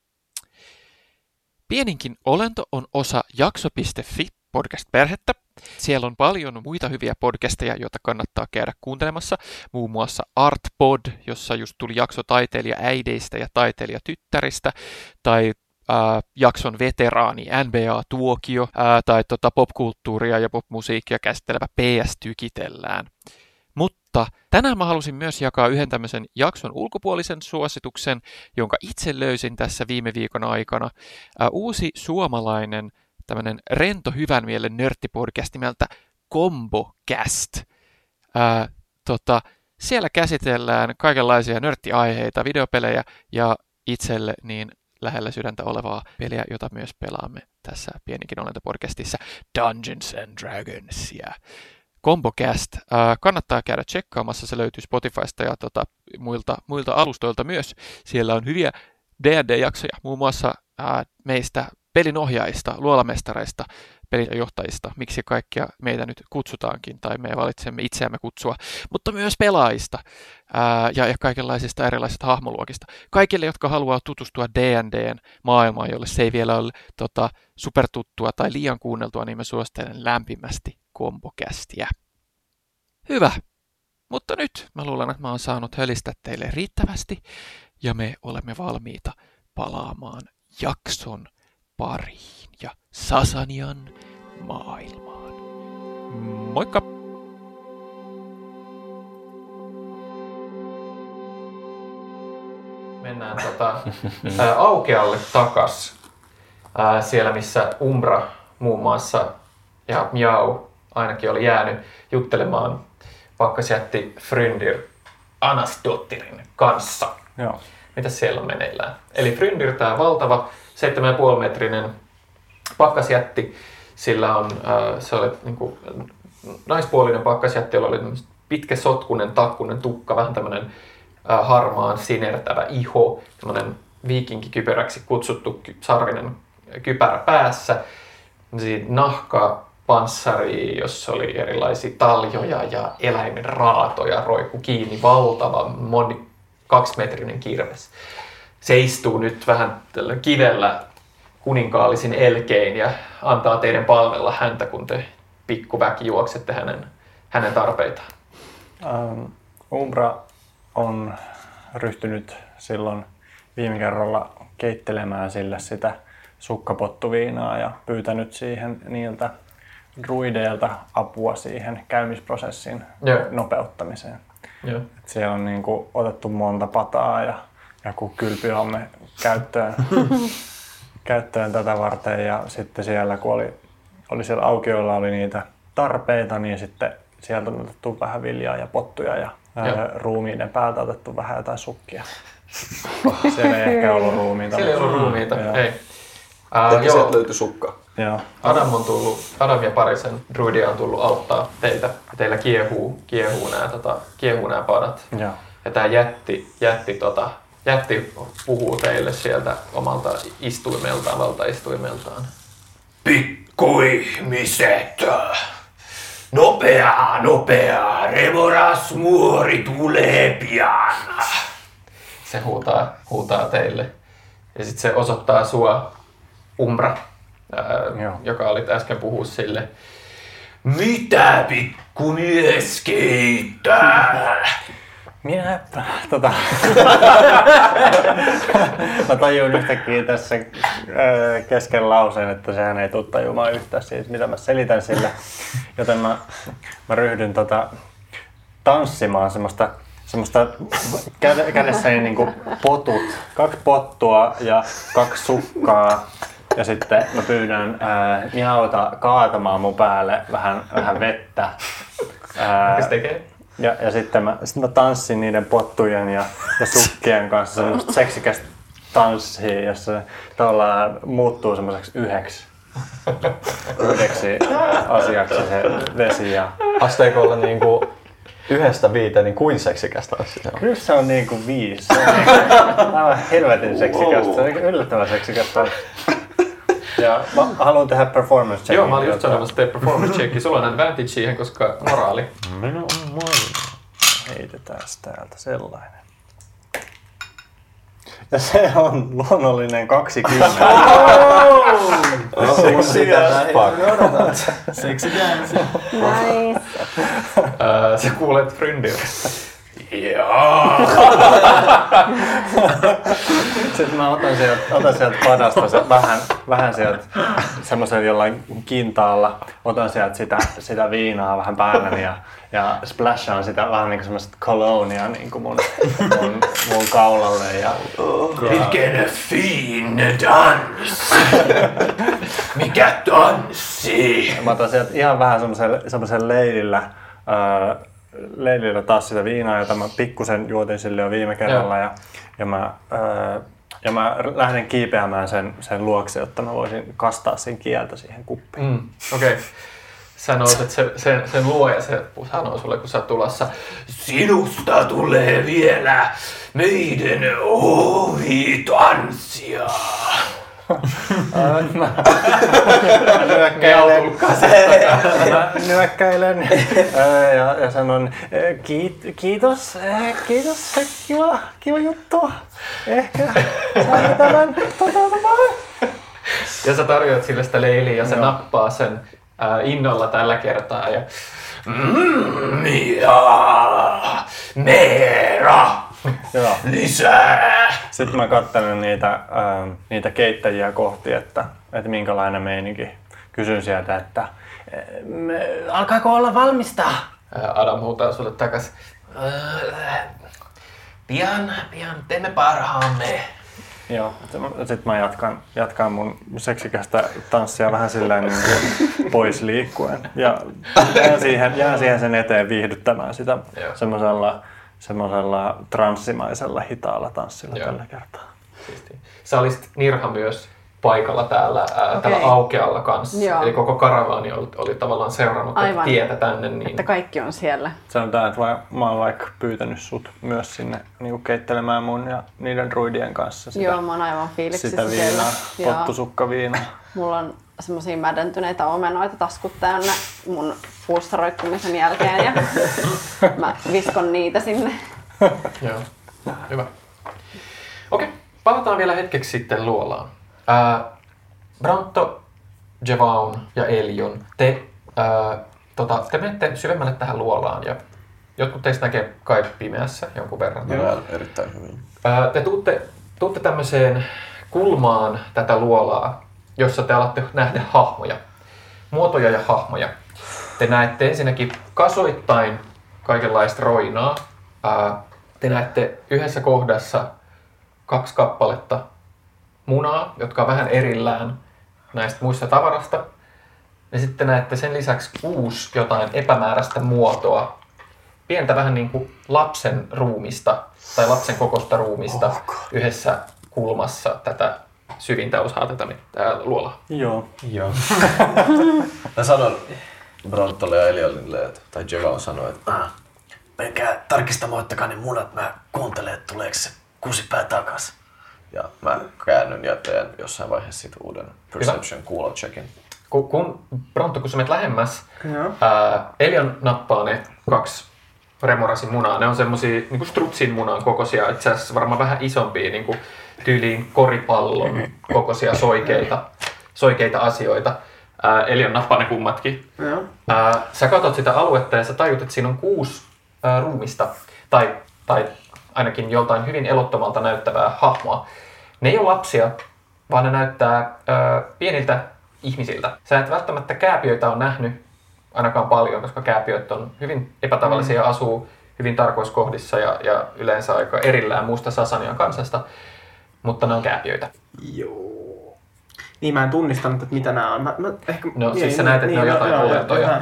Pieninkin olento on osa jakso piste fi podcast-perhettä. Siellä on paljon muita hyviä podcasteja, joita kannattaa käydä kuuntelemassa. Muun muassa Artpod, jossa just tuli jakso taiteilijaäideistä ja taiteilijatyttäristä, tai ää, jakson veteraani N B A-tuokio, ää, tai tota, popkulttuuria ja popmusiikkia käsittelevä P S Tykitellään. Mutta tänään mä halusin myös jakaa yhden tämmöisen jakson ulkopuolisen suosituksen, jonka itse löysin tässä viime viikon aikana. Ää, uusi suomalainen tämmöinen rento hyvän mielen nörttipodcast nimeltä ComboCast. Ää, tota, siellä käsitellään kaikenlaisia nörttiaiheita, videopelejä ja itselle niin lähellä sydäntä olevaa peliä, jota myös pelaamme tässä Pieninkin olento-podcastissa, Dungeons and Dragonsia. ComboCast. Äh, kannattaa käydä tsekkaamassa, se löytyy Spotifysta ja tota, muilta, muilta alustoilta myös. Siellä on hyviä D and D-jaksoja, muun muassa äh, meistä pelinohjaajista, luolamestareista, pelinjohtajista, miksi kaikkia meitä nyt kutsutaankin, tai me valitsemme itseämme kutsua, mutta myös pelaajista ää, ja, ja kaikenlaisista erilaisista hahmoluokista. Kaikille, jotka haluaa tutustua D and D:n maailmaan, jolle se ei vielä ole tota, supertuttua tai liian kuunneltua, niin mä suosittelen lämpimästi ComboCastia. Hyvä, mutta nyt mä luulen, että mä oon saanut hölistä teille riittävästi, ja me olemme valmiita palaamaan jakson pariin ja Sasanian maailmaan. Moikka! Mennään tota, ää, aukealle takas. Ää, siellä missä Umbra muun muassa ja Miau ainakin oli jäänyt juttelemaan pakkasjätti Fryndir Anasdottirin kanssa. Joo. Mitäs siellä on meneillään? Eli Fryndir, tämä valtava seitsemän pilkku viisi metrinen pakkasjätti, sillä on, äh, se oli niin kuin, naispuolinen pakkasjätti, jolla oli pitkä sotkunen, takkunen tukka, vähän tämmöinen äh, harmaan sinertävä iho, tämmöinen viikinkikypäräksi kutsuttu sarvinen kypärä päässä, nahka, panssari, jossa oli erilaisia taljoja ja eläimen raatoja, roikku kiinni valtava moni, kaksimetrinen kirves. Se istuu nyt vähän tällä kivellä kuninkaallisin elkein ja antaa teidän palvella häntä, kun te pikkuväki juoksette hänen, hänen tarpeitaan. Ähm, Umbra on ryhtynyt silloin viime kerralla keittelemään sille sitä sukkapottuviinaa ja pyytänyt siihen niiltä druideilta apua siihen käymisprosessin Joo. nopeuttamiseen. Joo. Et siellä on niinku otettu monta pataa ja joku kylpyhamme käyttöön, käyttöön tätä varten ja sitten siellä kun oli, oli siellä aukioilla oli niitä tarpeita, niin sitten sieltä on otettu vähän viljaa ja pottuja ja ää, ruumiiden päältä otettu vähän jotain sukkia. Siellä ei ehkä ollut ruumiita. Siellä ei ollut ruumiita, Joo. ei. Ehkä sieltä löytyi sukka. Joo. Adam on tullut, Adam ja parisen druidia on tullut auttaa teitä. Teillä kiehuu, kiehuu nämä, tota, kiehuu nämä padat. Joo. Ja tämä jätti, jätti, tota, jätti puhuu teille sieltä omalta istuimeltaan, valtaistuimeltaan. Pikkuihmiset, nopeaa, nopeaa, Remoras muori tulee pian. Se huutaa, huutaa teille. Ja sitten se osoittaa sua, Umbra, ää, joka oli äsken puhua sille. Mitä pikkumies keittää? Minä, tota, mä tajun yhtäkkiä tässä äh, kesken lauseen, että sehän ei tule tajumaan yhtään siitä, mitä mä selitän sille. Joten mä, mä ryhdyn tota, tanssimaan semmoista, semmoista käde, kädessäni niinku potut, kaksi pottua ja kaksi sukkaa. Ja sitten mä pyydän ää, Miauta kaatamaan mun päälle vähän, vähän vettä. Ää, Mitä se tekee? Ja, ja sitten mä, sit mä tanssin niiden pottujen ja, ja sukkien kanssa semmoista seksikästä tanssia, jossa se tavallaan muuttuu semmoiseksi yhdeksi, yhdeksi asiaksi se vesi. Ja... Asteikolla niinku yhdestä viiteen, niin kuin seksikäs tanssi se on? Kyllä se on niinku viisi. Se on niinku aivan helvetin seksikästä. Se on yllättävän seksikästä. Ja mä haluan tehdä performance checkin. Joo, mä olin just sanomassa, että performance checki. Sulla on advantage siihen, koska moraali. Minun moraali. Heitetään täältä sellainen. Ja se on luonnollinen kaksikymmentä. Seksikäs fuck. Seksikäs. Nice. Sä kuulet Fryndir. Jaa. Sitten mä otan sieltä, otan sieltä padasta se, vähän, vähän sieltä semmoisen jollain kintaalla. Otan sieltä sitä, sitä viinaa vähän päälläni ja, ja splashaan sitä vähän niinku semmoista cologneä niinku mun, mun, mun kaulalle. Ja, Vilken fin dans! Mikä tanssi! mä otan sieltä ihan vähän semmoisen, semmoisen leilillä. Öö, leilillä taas sitä viinaa, jota mä pikkusen juotin sille jo viime kerralla ja, ja, mä, öö, ja mä lähden kiipeämään sen, sen luokse, jotta mä voisin kastaa sen kieltä siihen kuppiin. Mm, Okei. Okay. Sä nouset sen, sen, sen luo ja se sanoo sulle, kun sä oot tulossa. Sinusta tulee vielä meidän ohi tanssia. Mä nyökkäilen, mä nyökkäilen ja, ja sanon kiit, kiitos, kiitos, kiva, kiva juttu. Ehkä saamme tämän toteutumaan. Ja sä tarjoat sille sitä leiliä ja se no. nappaa sen äh, innolla tällä kertaa. Ja... Mm, ja Meera! Joo. Lisää! Sitten mä katselen niitä, ähm, niitä keittäjiä kohti, että, että minkälainen meininki. Kysyn sieltä, että me, alkaako olla valmista? Adam huutaa sulle takas. Pian, pian teemme parhaamme. Joo, sitten mä jatkan, jatkan mun seksikästä tanssia vähän silleen niin pois liikkuen. Ja jään siihen, jään siihen sen eteen viihdyttämään sitä semmoisella, semmoisella transsimaisella hitaalla tanssilla Joo. tällä kertaa. Siistiä. Sä olisit Nirha myös paikalla täällä, ää, okay. täällä aukealla kanssa. Joo. Eli koko karavaani oli, oli tavallaan seurannut Aivan. tietä tänne. Niin... Että kaikki on siellä. Sanotaan, että va- mä oon vaikka pyytänyt sut myös sinne niinku keittelemään mun ja niiden druidien kanssa sitä, Joo, mä oon aivan fiiliksissä sitä viinaa, pottusukkaviinaa. Mulla on semmosia mädäntyneitä omenoita taskut täynnä mun puustaroikkumisen jälkeen ja mä viskon niitä sinne. Joo, hyvä. Okei, palataan vielä hetkeksi sitten luolaan. Äh, Bronto, Jevaun ja Elion, te, äh, tota, te menette syvemmälle tähän luolaan ja jotkut teistä näkee kai pimeässä jonkun verran. Joo, erittäin hyvin. Äh, te tuutte, tuutte tämmöiseen kulmaan tätä luolaa, jossa te alatte nähdä hahmoja, muotoja ja hahmoja. Te näette ensinnäkin kasoittain kaikenlaista roinaa. Äh, te näette yhdessä kohdassa kaksi kappaletta munaa, jotka on vähän erillään näistä muista tavarasta. Ja sitten näette sen lisäksi kuusi jotain epämääräistä muotoa. Pientä vähän niin kuin lapsen ruumista tai lapsen kokoista ruumista oh, yhdessä kulmassa tätä syvintä osaa tätä luolaa. Joo. Joo. Mä sanon Brontolle ja Elionille, tai Jevaun sanoi, että ah, menkää tarkistamaan, ottakaa ne munat, mä kuuntelen, että tuleeko se kusipää takas. Ja mä käännyn ja teen jossain vaiheessa sit uuden perception cool checkin. Kun, kun Bronto, kun sä menet lähemmäs, ää, Elion nappaa ne kaksi Remorasin munaa. Ne on semmosia niinku strutsin munan kokoisia, itse asiassa varmaan vähän isompia, niinku tyyliin koripallon kokoisia soikeita, soikeita asioita. Ää, Elion nappaa ne kummatkin. Ää, sä katsot sitä aluetta ja sä tajut, että siinä on kuusi ää, ruumista, tai, tai ainakin joltain hyvin elottomalta näyttävää hahmoa. Ne ei ole lapsia, vaan ne näyttää ö, pieniltä ihmisiltä. Sä et välttämättä kääpiöitä on nähnyt ainakaan paljon, koska kääpiöt on hyvin epätavallisia ja asuu hyvin tarkoissa kohdissa ja, ja yleensä aika erillään muusta Sasanian kansasta, mutta ne on kääpiöitä. Joo. Niin mä en tunnistanut, että mitä nämä on. Mä, mä ehkä, no niin, siis sä näet, että niin, ne on jotain olentoja.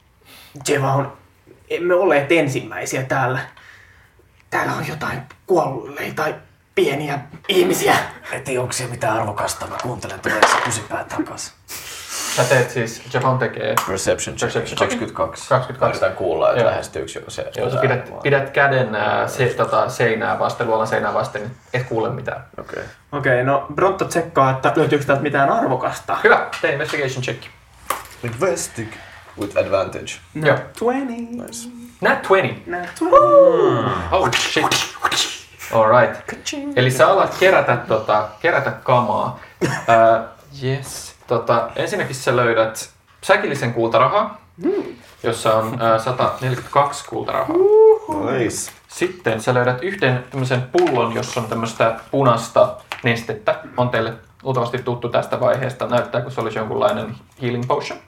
Jevaun, emme olleet ensimmäisiä täällä. Täällä on jotain kuolleita pieniä ihmisiä. Et tiedä, onko siellä mitään arvokasta. Mä kuuntelen, tuleeko se kusipää takas. Sä teet siis, Jevaun tekee Perception check. kaksikymmentäkaksi. kaksikymmentäkaksi. Yritän kuulla, että lähestyykö joku se. Joo, sä pidät, pidät käden ää, se, tota, seinää vasten, luolan seinää vasten, niin et kuule mitään. Okei. Okay. Okei, okay, no Bronto tsekkaa, että löytyykö täältä mitään arvokasta. Hyvä, tee investigation check. Investig with advantage. No. Joo. twenty. Nice. Nat twenty. Nat twenty. Mm. Oh shit. Alright. Eli sä alat kerätä, tota, kerätä kamaa. Uh, yes. Tota, ensinnäkin sä löydät säkillisen kultarahaa, mm. jossa on uh, sata neljäkymmentäkaksi kultarahaa. Nice. Sitten sä löydät yhden tämmöisen pullon, jossa on tämmöistä punaista nestettä. On teille luultavasti tuttu tästä vaiheesta. Näyttää, kun se olisi jonkunlainen healing potion.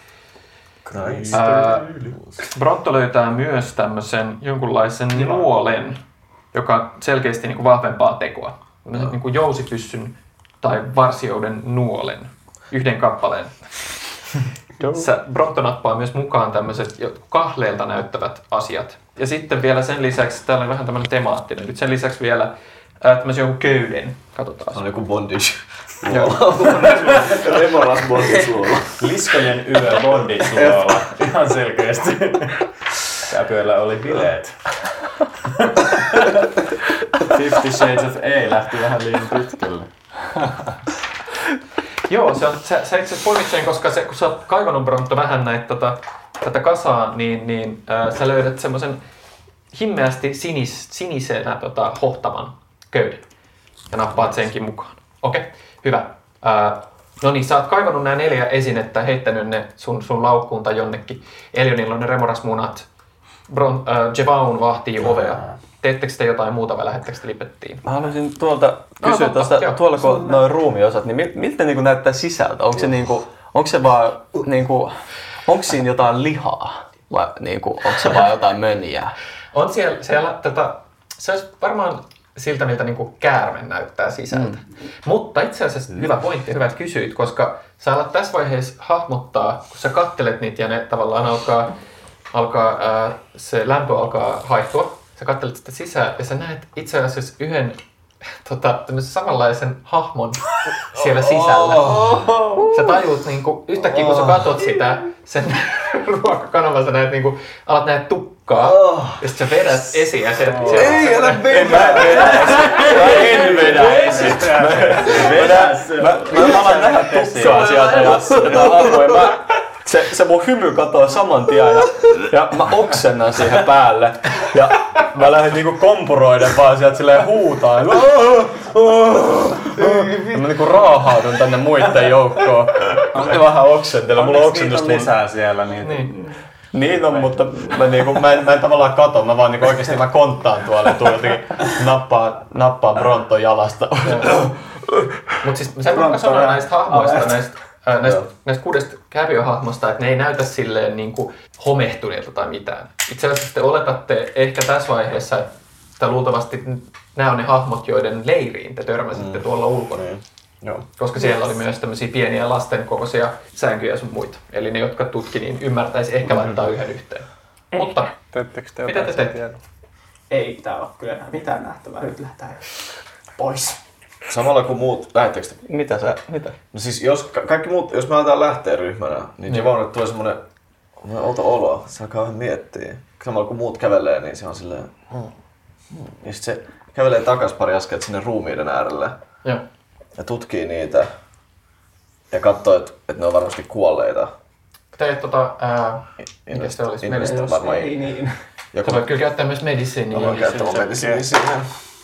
Nice. Uh, Bronto löytää myös tämmöisen jonkunlaisen nuolen, joka on selkeästi niin kuin vahvempaa tekoa. No. Niin kuin jousipyssyn tai varsijouden nuolen. Yhden kappaleen. Sä Bronto nappaa myös mukaan tämmöiset kahleelta näyttävät asiat. Ja sitten vielä sen lisäksi, täällä on vähän tämmöinen temaattinen, nyt sen lisäksi vielä ää, tämmöisen jonkun köyden. Katsotaan. Se on joku bondage. Remoras bondage-luola. Liskojen yö bondage-luola. Ihan selkeästi. Käpyöllä oli bileet. Fifty Shades of A lähti vähän liian pitkälle. Joo, se on, sä, sä itse asiassa poimit sen, koska se, kun sä oot kaivannut Bronto vähän näitä, tota, tätä kasaa, niin, niin äh, sä löydät semmoisen himmeästi sinis, sinisenä tota, hohtavan köyden. Ja nappaat senkin mukaan. Okei, okay, hyvä. Äh, no niin, sä oot kaivannut nämä neljä esinettä, heittänyt ne sun, sun laukkuun tai jonnekin. Elionilla on ne remorasmunat. Bron, äh, Jevaun vahtii ovea. Teettekö te jotain muuta vai lähettekö te lipettiin? Mä haluaisin tuolta kysyä, no, tuosta, tuolla kun noin ruumiosat, niin miltä niin näyttää sisältä? Onko se, niin kuin, onko se vaan, niin kuin, onko siinä jotain lihaa vai niin kuin, onko se vaan jotain möniä? On siellä, siellä tota, se olisi varmaan siltä, miltä niin kuin käärme näyttää sisältä. Mm. Mutta itse asiassa mm. hyvä pointti, hyvä, että kysyit, koska sä alat tässä vaiheessa hahmottaa, kun sä kattelet niitä ja ne tavallaan alkaa, alkaa ää, se lämpö alkaa haihtua. Sä katselet sitä sisään ja sä näet itse asiassa yhden tota, samanlaisen hahmon siellä sisällä. Sä tajuut niinku, yhtäkkiä kun sä katot sitä sen ruokakanavan, sä näet niinku, alat näet tukkaa ja sit sä vedät esiin ja se... Oh. Ei, älä vedä! Mä en vedä esiin. Mä alan nähdä tukkaa sieltä ja jotain hahmoja. Mä, se, se mun hymy katoo saman tien ja, ja mä oksennan siihen päälle ja mä lähden niinku kompuroiden vaan sieltä silleen huutaa. Ja mä niinku raahaudun tänne muitten joukkoon. Mä vähän oksentelen, mulla on oksentusta lisää siellä. Niin, niin. niin on, mutta mä, niinku, mä, en, mä en tavallaan kato, mä vaan niinku oikeesti mä konttaan tuolla ja tuun jotenkin nappaa, nappaa Bronton jalasta. Mut siis sen voin sanoa näistä hahmoista, näistä Ää, näistä, näistä kuudesta käviöhahmosta, että ne ei näytä silleen niin kuin homehtuneilta tai mitään. Itse asiassa te oletatte ehkä tässä vaiheessa, että luultavasti nämä on ne hahmot, joiden leiriin te törmäsitte mm. tuolla ulkona. Mm. Joo. Koska siellä oli myös tämmöisiä pieniä lasten kokoisia sänkyjä ja sun muita. Eli ne, jotka tutki, niin ymmärtäisi ehkä laittaa yhden yhteen. Ei. Mutta Teettekö te mitä te teette? Ei tää ole kyllä mitään nähtävää. Nyt lähdetään pois. Samalla kuin muut, lähettekö te? Mitä sä, mitä? No siis jos ka- kaikki muut, jos me aletaan lähteä ryhmänä, niin Javonille tulee semmonen outo olo, se alkaa vähän miettiä. Samalla kun muut kävelee, niin se on silleen... Hmm. Hmm. Ja sit se kävelee takas pari askelta sinne ruumiiden äärelle. Joo. Ja tutkii niitä. Ja katsoo, että et ne on varmasti kuolleita. Teet tota... Ää, mikä se olisi? Investa varmaan. Ei niin. Joku... Sä voit kyllä käyttää myös medisiiniä. Mä voin käyttää mun medisiiniä siihen.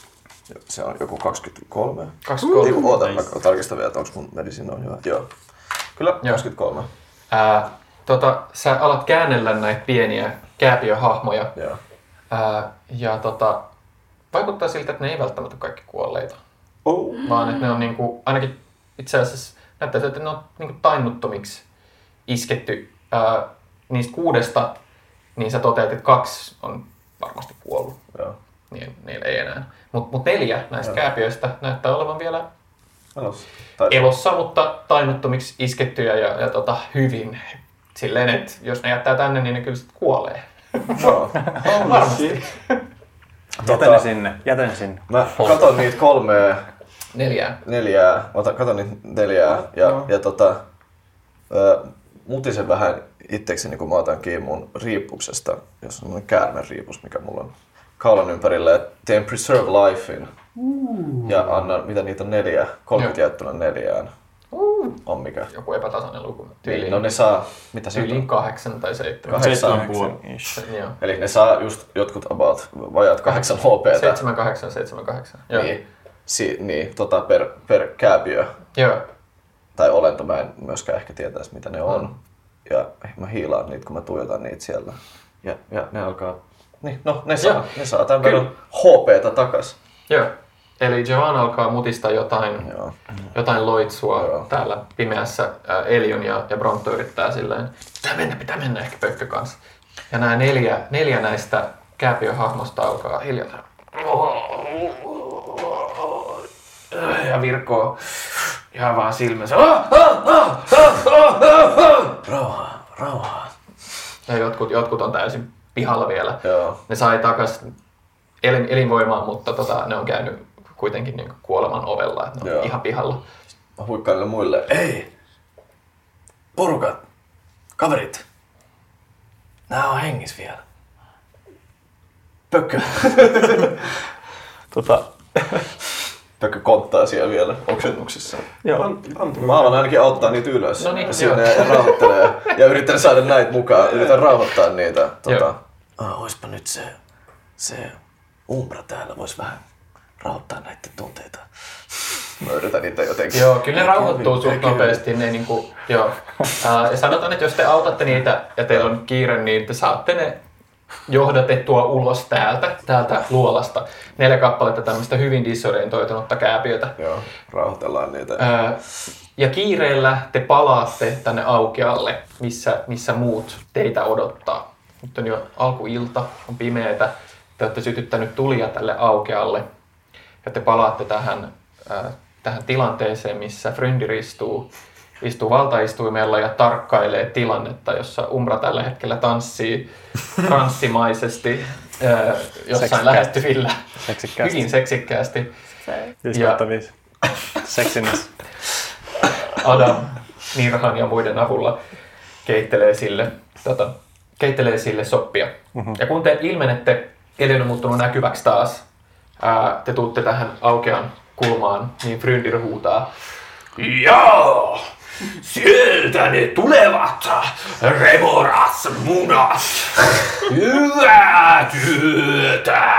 Se on joku kaksikymmentäkolme. kaksikymmentäkolme. Ei, oota, mä tarkistan vielä, että onko mun medisiini on hyvä. Joo. Kyllä, kaksikymmentäkolme. Ää, tota, sä alat käännellä näitä pieniä kääpiöhahmoja. Joo. Ää, ja tota, vaikuttaa siltä, että ne ei välttämättä ole kaikki kuolleita. Oh. Vaan että ne on niinku, ainakin itse asiassa näyttää, että ne on niinku tainnuttomiksi isketty. Ää, niistä kuudesta, niin sä toteat, että kaksi on varmasti kuollut. Joo. Niin, niillä ei enää. Mutta mut neljä näistä Joo. kääpiöistä näyttää olevan vielä elossa, elossa mutta tainnuttomiksi iskettyjä ja, ja tota, hyvin. Silleen, että jos ne jättää tänne, niin ne kyllä sitten kuolee. Joo. Varmasti. Jätän ne sinne, jätän sinne. Mä katon niitä kolmea... Neljää. Neljää. Ota, katon niitä neljää ja, ja, ja tota... Ö, mutisen vähän itsekseni, kun mä otan kiinni mun riippuksesta, jos on semmonen käärmeriipus, mikä mulla on kaulan ympärillä, ja teen Preserve Lifein. Mm. Ja annan, mitä niitä on neljä, kolmekymmentä jaettuna neljään. Mm. On mikä? Joku epätasainen luku. Tyyliin, no ne saa, mitä se Tyyliin kahdeksan tai seitsemän. Kahdeksan. Eli ne saa just jotkut about vajaat kahdeksan H P:tä. Seitsemän, kahdeksan, seitsemän, kahdeksan. Niin, si, niin tota per, per kääpiö. Joo. Tai olento, mä en myöskään ehkä tietäisi mitä ne on. Mm. Ja mä hiilaan niitä, kun mä tuijotan niitä siellä. Ja, ja ne alkaa... Niin, no ne saa, ne saa tämän verran H P:tä takas. Joo. Eli Jovan alkaa mutistaa jotain, Joo. jotain loitsua Joo. täällä pimeässä. Ää, Elion ja, ja Bronto yrittää silleen, pitää mennä, pitää mennä ehkä Pökkö kanssa. Ja nämä neljä, neljä näistä kääpiöhahmosta alkaa hiljata. Ja virkoo ihan vaan silmänsä. Rauhaa, rauhaa. Ja jotkut, jotkut on täysin pihalla vielä. Joo. Ne sai takas elin, elinvoimaa, mutta tota, ne on käynyt kuitenkin niin kuoleman ovella. Että ne on Joo. ihan pihalla. Mä huikkaan muille. Ei! Porukat! Kaverit! Nää on hengissä vielä. Pökkö! tota... Pökkö konttaa siellä vielä oksennuksissa. Joo. Mä haluan ainakin auttaa niitä ylös. No niin, ja siinä ja rauhoittelee. Ja yritän saada näitä mukaan. Yritän rauhoittaa niitä. Tota, ah, oispa nyt se, se Umbra täällä, vois vähän rauhoittaa näiden tunteita. Mä yritän niitä jotenkin. Joo, kyllä ne rauhoittuu suht nopeasti. Ne, niin kuin, joo. Ää, ja sanotaan, että jos te autatte niitä ja teillä on kiire, niin te saatte ne johdatettua ulos täältä, täältä luolasta. Neljä kappaletta tämmöistä hyvin disorientoitunutta kääpiötä. Joo, rauhoitellaan niitä. Ää, ja kiireellä te palaatte tänne aukealle, missä, missä muut teitä odottaa. Nyt on jo alkuilta, on pimeätä. Te olette sytyttänyt tulia tälle aukealle. ja te palaatte tähän, äh, tähän tilanteeseen, missä Fryndir istuu, istuu valtaistuimella ja tarkkailee tilannetta, jossa Umbra tällä hetkellä tanssii transsimaisesti äh, jossain lähestyvillä, seksikkäästi. hyvin seksikkäästi. viisi kautta viisi. Seksiness. Adam Nirhan ja muiden avulla keittelee sille, tota, keittelee sille soppia. Mm-hmm. Ja kun te ilmenette, Elion on muuttunut näkyväksi taas, ää, te tuutte tähän aukean kulmaan, niin Fryndir huutaa. Joo! Sieltä ne tulevat, Remoras munat! Hyvää työtä!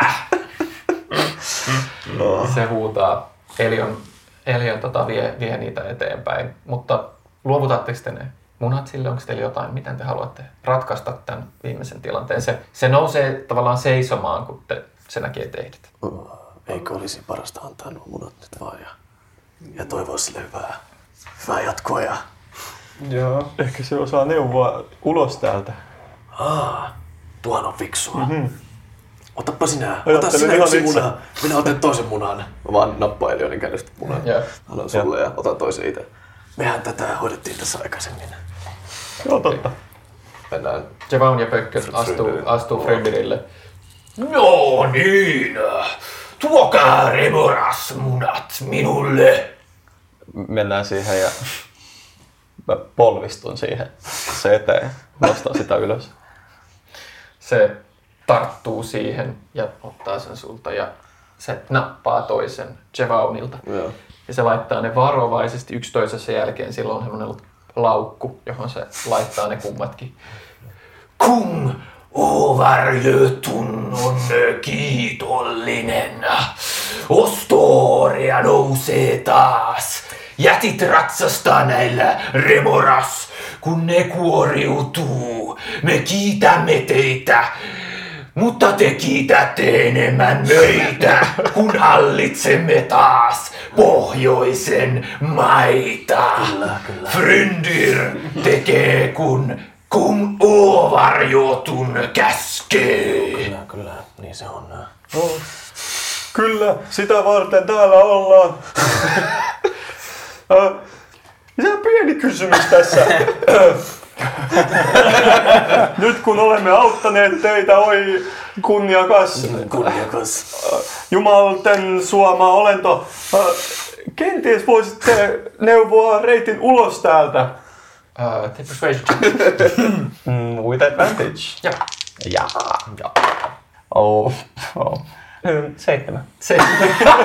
Se huutaa. Elion, Elion tota, vie, vie niitä eteenpäin. Mutta luovutatteko te ne munat sille? Onko teillä jotain, miten te haluatte ratkaista tämän viimeisen tilanteen? Se, se nousee tavallaan seisomaan, kun te, se näkee teidät. Eikö olisi parasta antaa nuo munat nyt vaan ja, ja toivoa sille hyvää, hyvää jatkoa. Ja... Joo, ehkä se osaa neuvoa ulos täältä. Aa, tuohan on fiksua. Mm-hmm. Otappa sinä, ota sinä yksi muna. Minä otan toisen munan. Mä vaan nappaan Elionin kädestä munan. Yeah. Annan sulle ja otan toisen itse. Mehän tätä hoidettiin tässä aikaisemmin. Joo, totta. Mennään. Jevaun ja Pökkö astuu, astuu Fryndirille. No niin, tuokaa Remoras munat minulle. Mennään siihen ja mä polvistun siihen se eteen, nostan sitä ylös. Se tarttuu siihen ja ottaa sen sulta ja se nappaa toisen Jevaunilta. Joo. Ja se laittaa ne varovaisesti yksi toisessa jälkeen. Silloin on semmoinen laukku, johon se laittaa ne kummatkin. Kun Ovarjötun on kiitollinen. Ostoria nousee taas. Jätit ratsastaa näillä Remoras, kun ne kuoriutuu. Me kiitämme teitä. Mutta te kiitätte enemmän meitä, kun hallitsemme taas pohjoisen maita. Kyllä, kyllä. Fryndir tekee, kun, kun Ovarjotun käskee. Kyllä, kyllä, niin se on. No, kyllä, sitä varten täällä ollaan. Ihan pieni kysymys tässä. Nyt kun olemme auttaneet teitä, oi kunniakas, kunniakas. Jumalten suoma olento, kenties voisitte neuvoa reitin ulos täältä. Uh, te persuasion. mm, with advantage. Joo. Ja. ja. Oh. oh. Seitsemän. Seitsemän.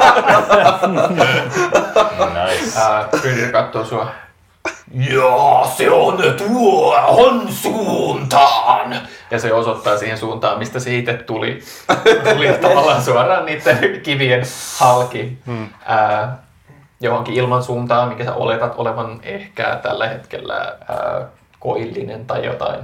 Nice. Uh, Fryndir katsoo sua. Joo, se on tuohon suuntaan. Ja se osoittaa siihen suuntaan, mistä se itse tuli. Tuli tavallaan suoraan niiden kivien halki. Hmm. Ää, johonkin ilmansuuntaan, mikä sä oletat olevan ehkä tällä hetkellä ää, koillinen tai jotain.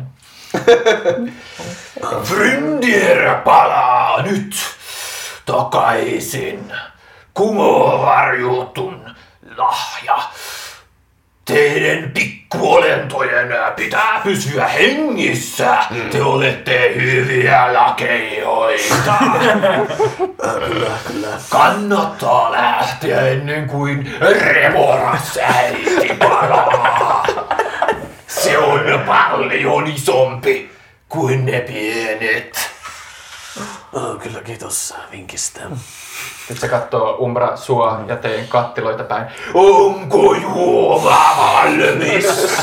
Fryndir palaa nyt takaisin. Kumovarjutun lahja. Teidän pikkuolentojen pitää pysyä hengissä. Mm. Te olette hyviä lakeioita. Kyllä, kyllä. Kannattaa lähteä ennen kuin Remoras äiti palaa. Se on paljon isompi kuin ne pienet. Oh, kyllä, kiitos vinkistä. Nyt se katsoo Umbra sua ja teen kattiloita päin. Onko juoma valmis?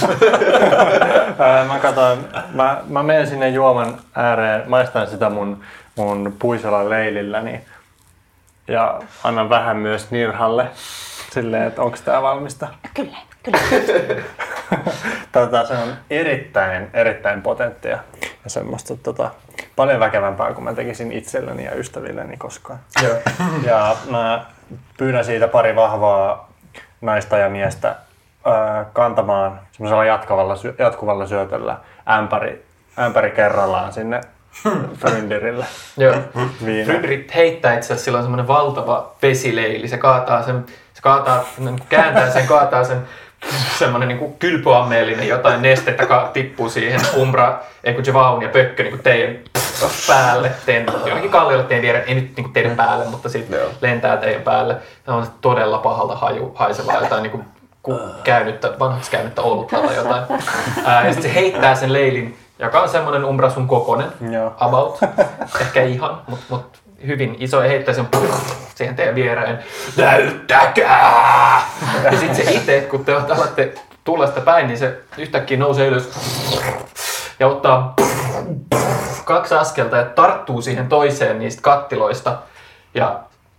mä katson, mä, mä menen sinne juoman ääreen, maistan sitä mun, mun puisella leililläni ja annan vähän myös Nirhalle silleen, että onko tää valmista. Kyllä, kyllä. tota, se on erittäin, erittäin potenttia ja semmoista tota, paljon väkevämpää kuin mä tekisin itselleni ja ystävilleni koskaan. Joo. Ja mä pyydän siitä pari vahvaa naista ja miestä ää, kantamaan semmoisella jatkuvalla, syö, jatkuvalla syötöllä ämpäri, ämpäri kerrallaan sinne Fryndirille. Joo. Fryndir heittää itse asiassa, sillä on semmoinen valtava vesileili. Se kaataa sen, se kaataa, kääntää sen, kaataa sen semmoinen niin kuin kylpyammeellinen jotain nestettä ka- tippuu siihen Umbra, ei kun Javaun ja Pökkö niin kuin teidän päälle, teidän, jonnekin kalliolle teidän viereen, ei nyt niin kuin teidän päälle, mutta sitten lentää teidän päälle. Tämä on todella pahalta haju, haisevaa jotain niin kuin ku- käynyttä, vanhaksi käynyttä olutta tai jotain. Ää, ja sitten se heittää sen leilin, joka on semmoinen Umbra sun kokonen, about, ehkä ihan, mutta mut hyvin iso, ja heittää sen siihen teidän viereen. Näyttäkää! Ja sitten se itse, kun te alatte tuulesta päin, niin se yhtäkkiä nousee ylös ja ottaa kaksi askelta ja tarttuu siihen toiseen niistä kattiloista ja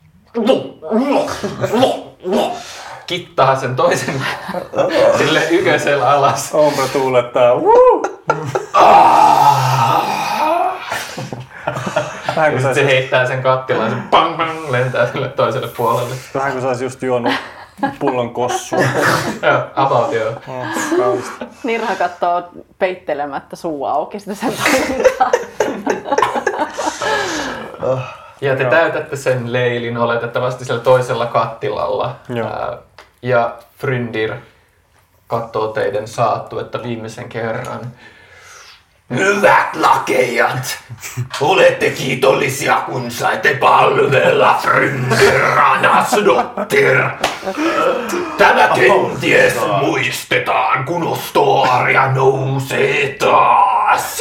kittaa sen toisen sille yköisellä alas. Umbra tuulettaa. Vähän kun se, se heittää sen kattilaan, se pang, pang, lentää sille toiselle puolelle. Vähän kuin sä ois just juonut pullon kossua. Joo, about joo. Nirha kattoo peittelemättä suu auki sitä sen toimintaa. Ja te täytätte sen leilin oletettavasti siellä toisella kattilalla. Ää, ja Fryndir katsoo teidän saattuetta viimeisen kerran. Hyvät lakejat, olette kiitollisia kun saitte palvella Fryndir Ranasdottir. Tämä kenties muistetaan kun Ostoaria nousee taas.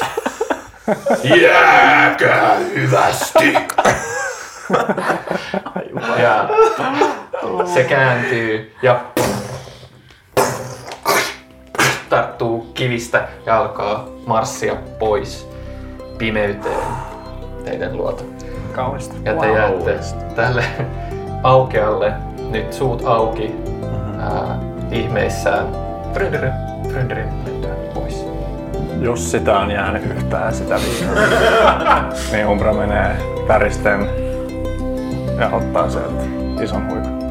Jääkää hyvästi. Ja se kääntyy ja tarttuu kivistä ja alkaa marssia pois pimeyteen teidän luota. Kaunista. Ja te jäätte tälle aukealle nyt suut auki mm-hmm. ää, ihmeissään Fryndirin, Fryndirin mentyä pois. Jos sitä on jäänyt yhtään sitä viinaa, niin Umbra menee päristen ja ottaa sieltä ison huikon.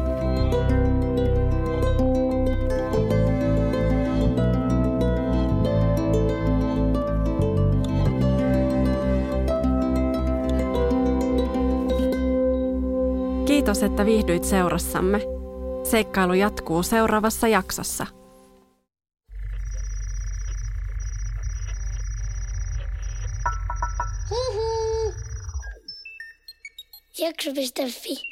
Kiitos, että viihdyit seurassamme. Seikkailu jatkuu seuraavassa jaksossa. Jakso piste fi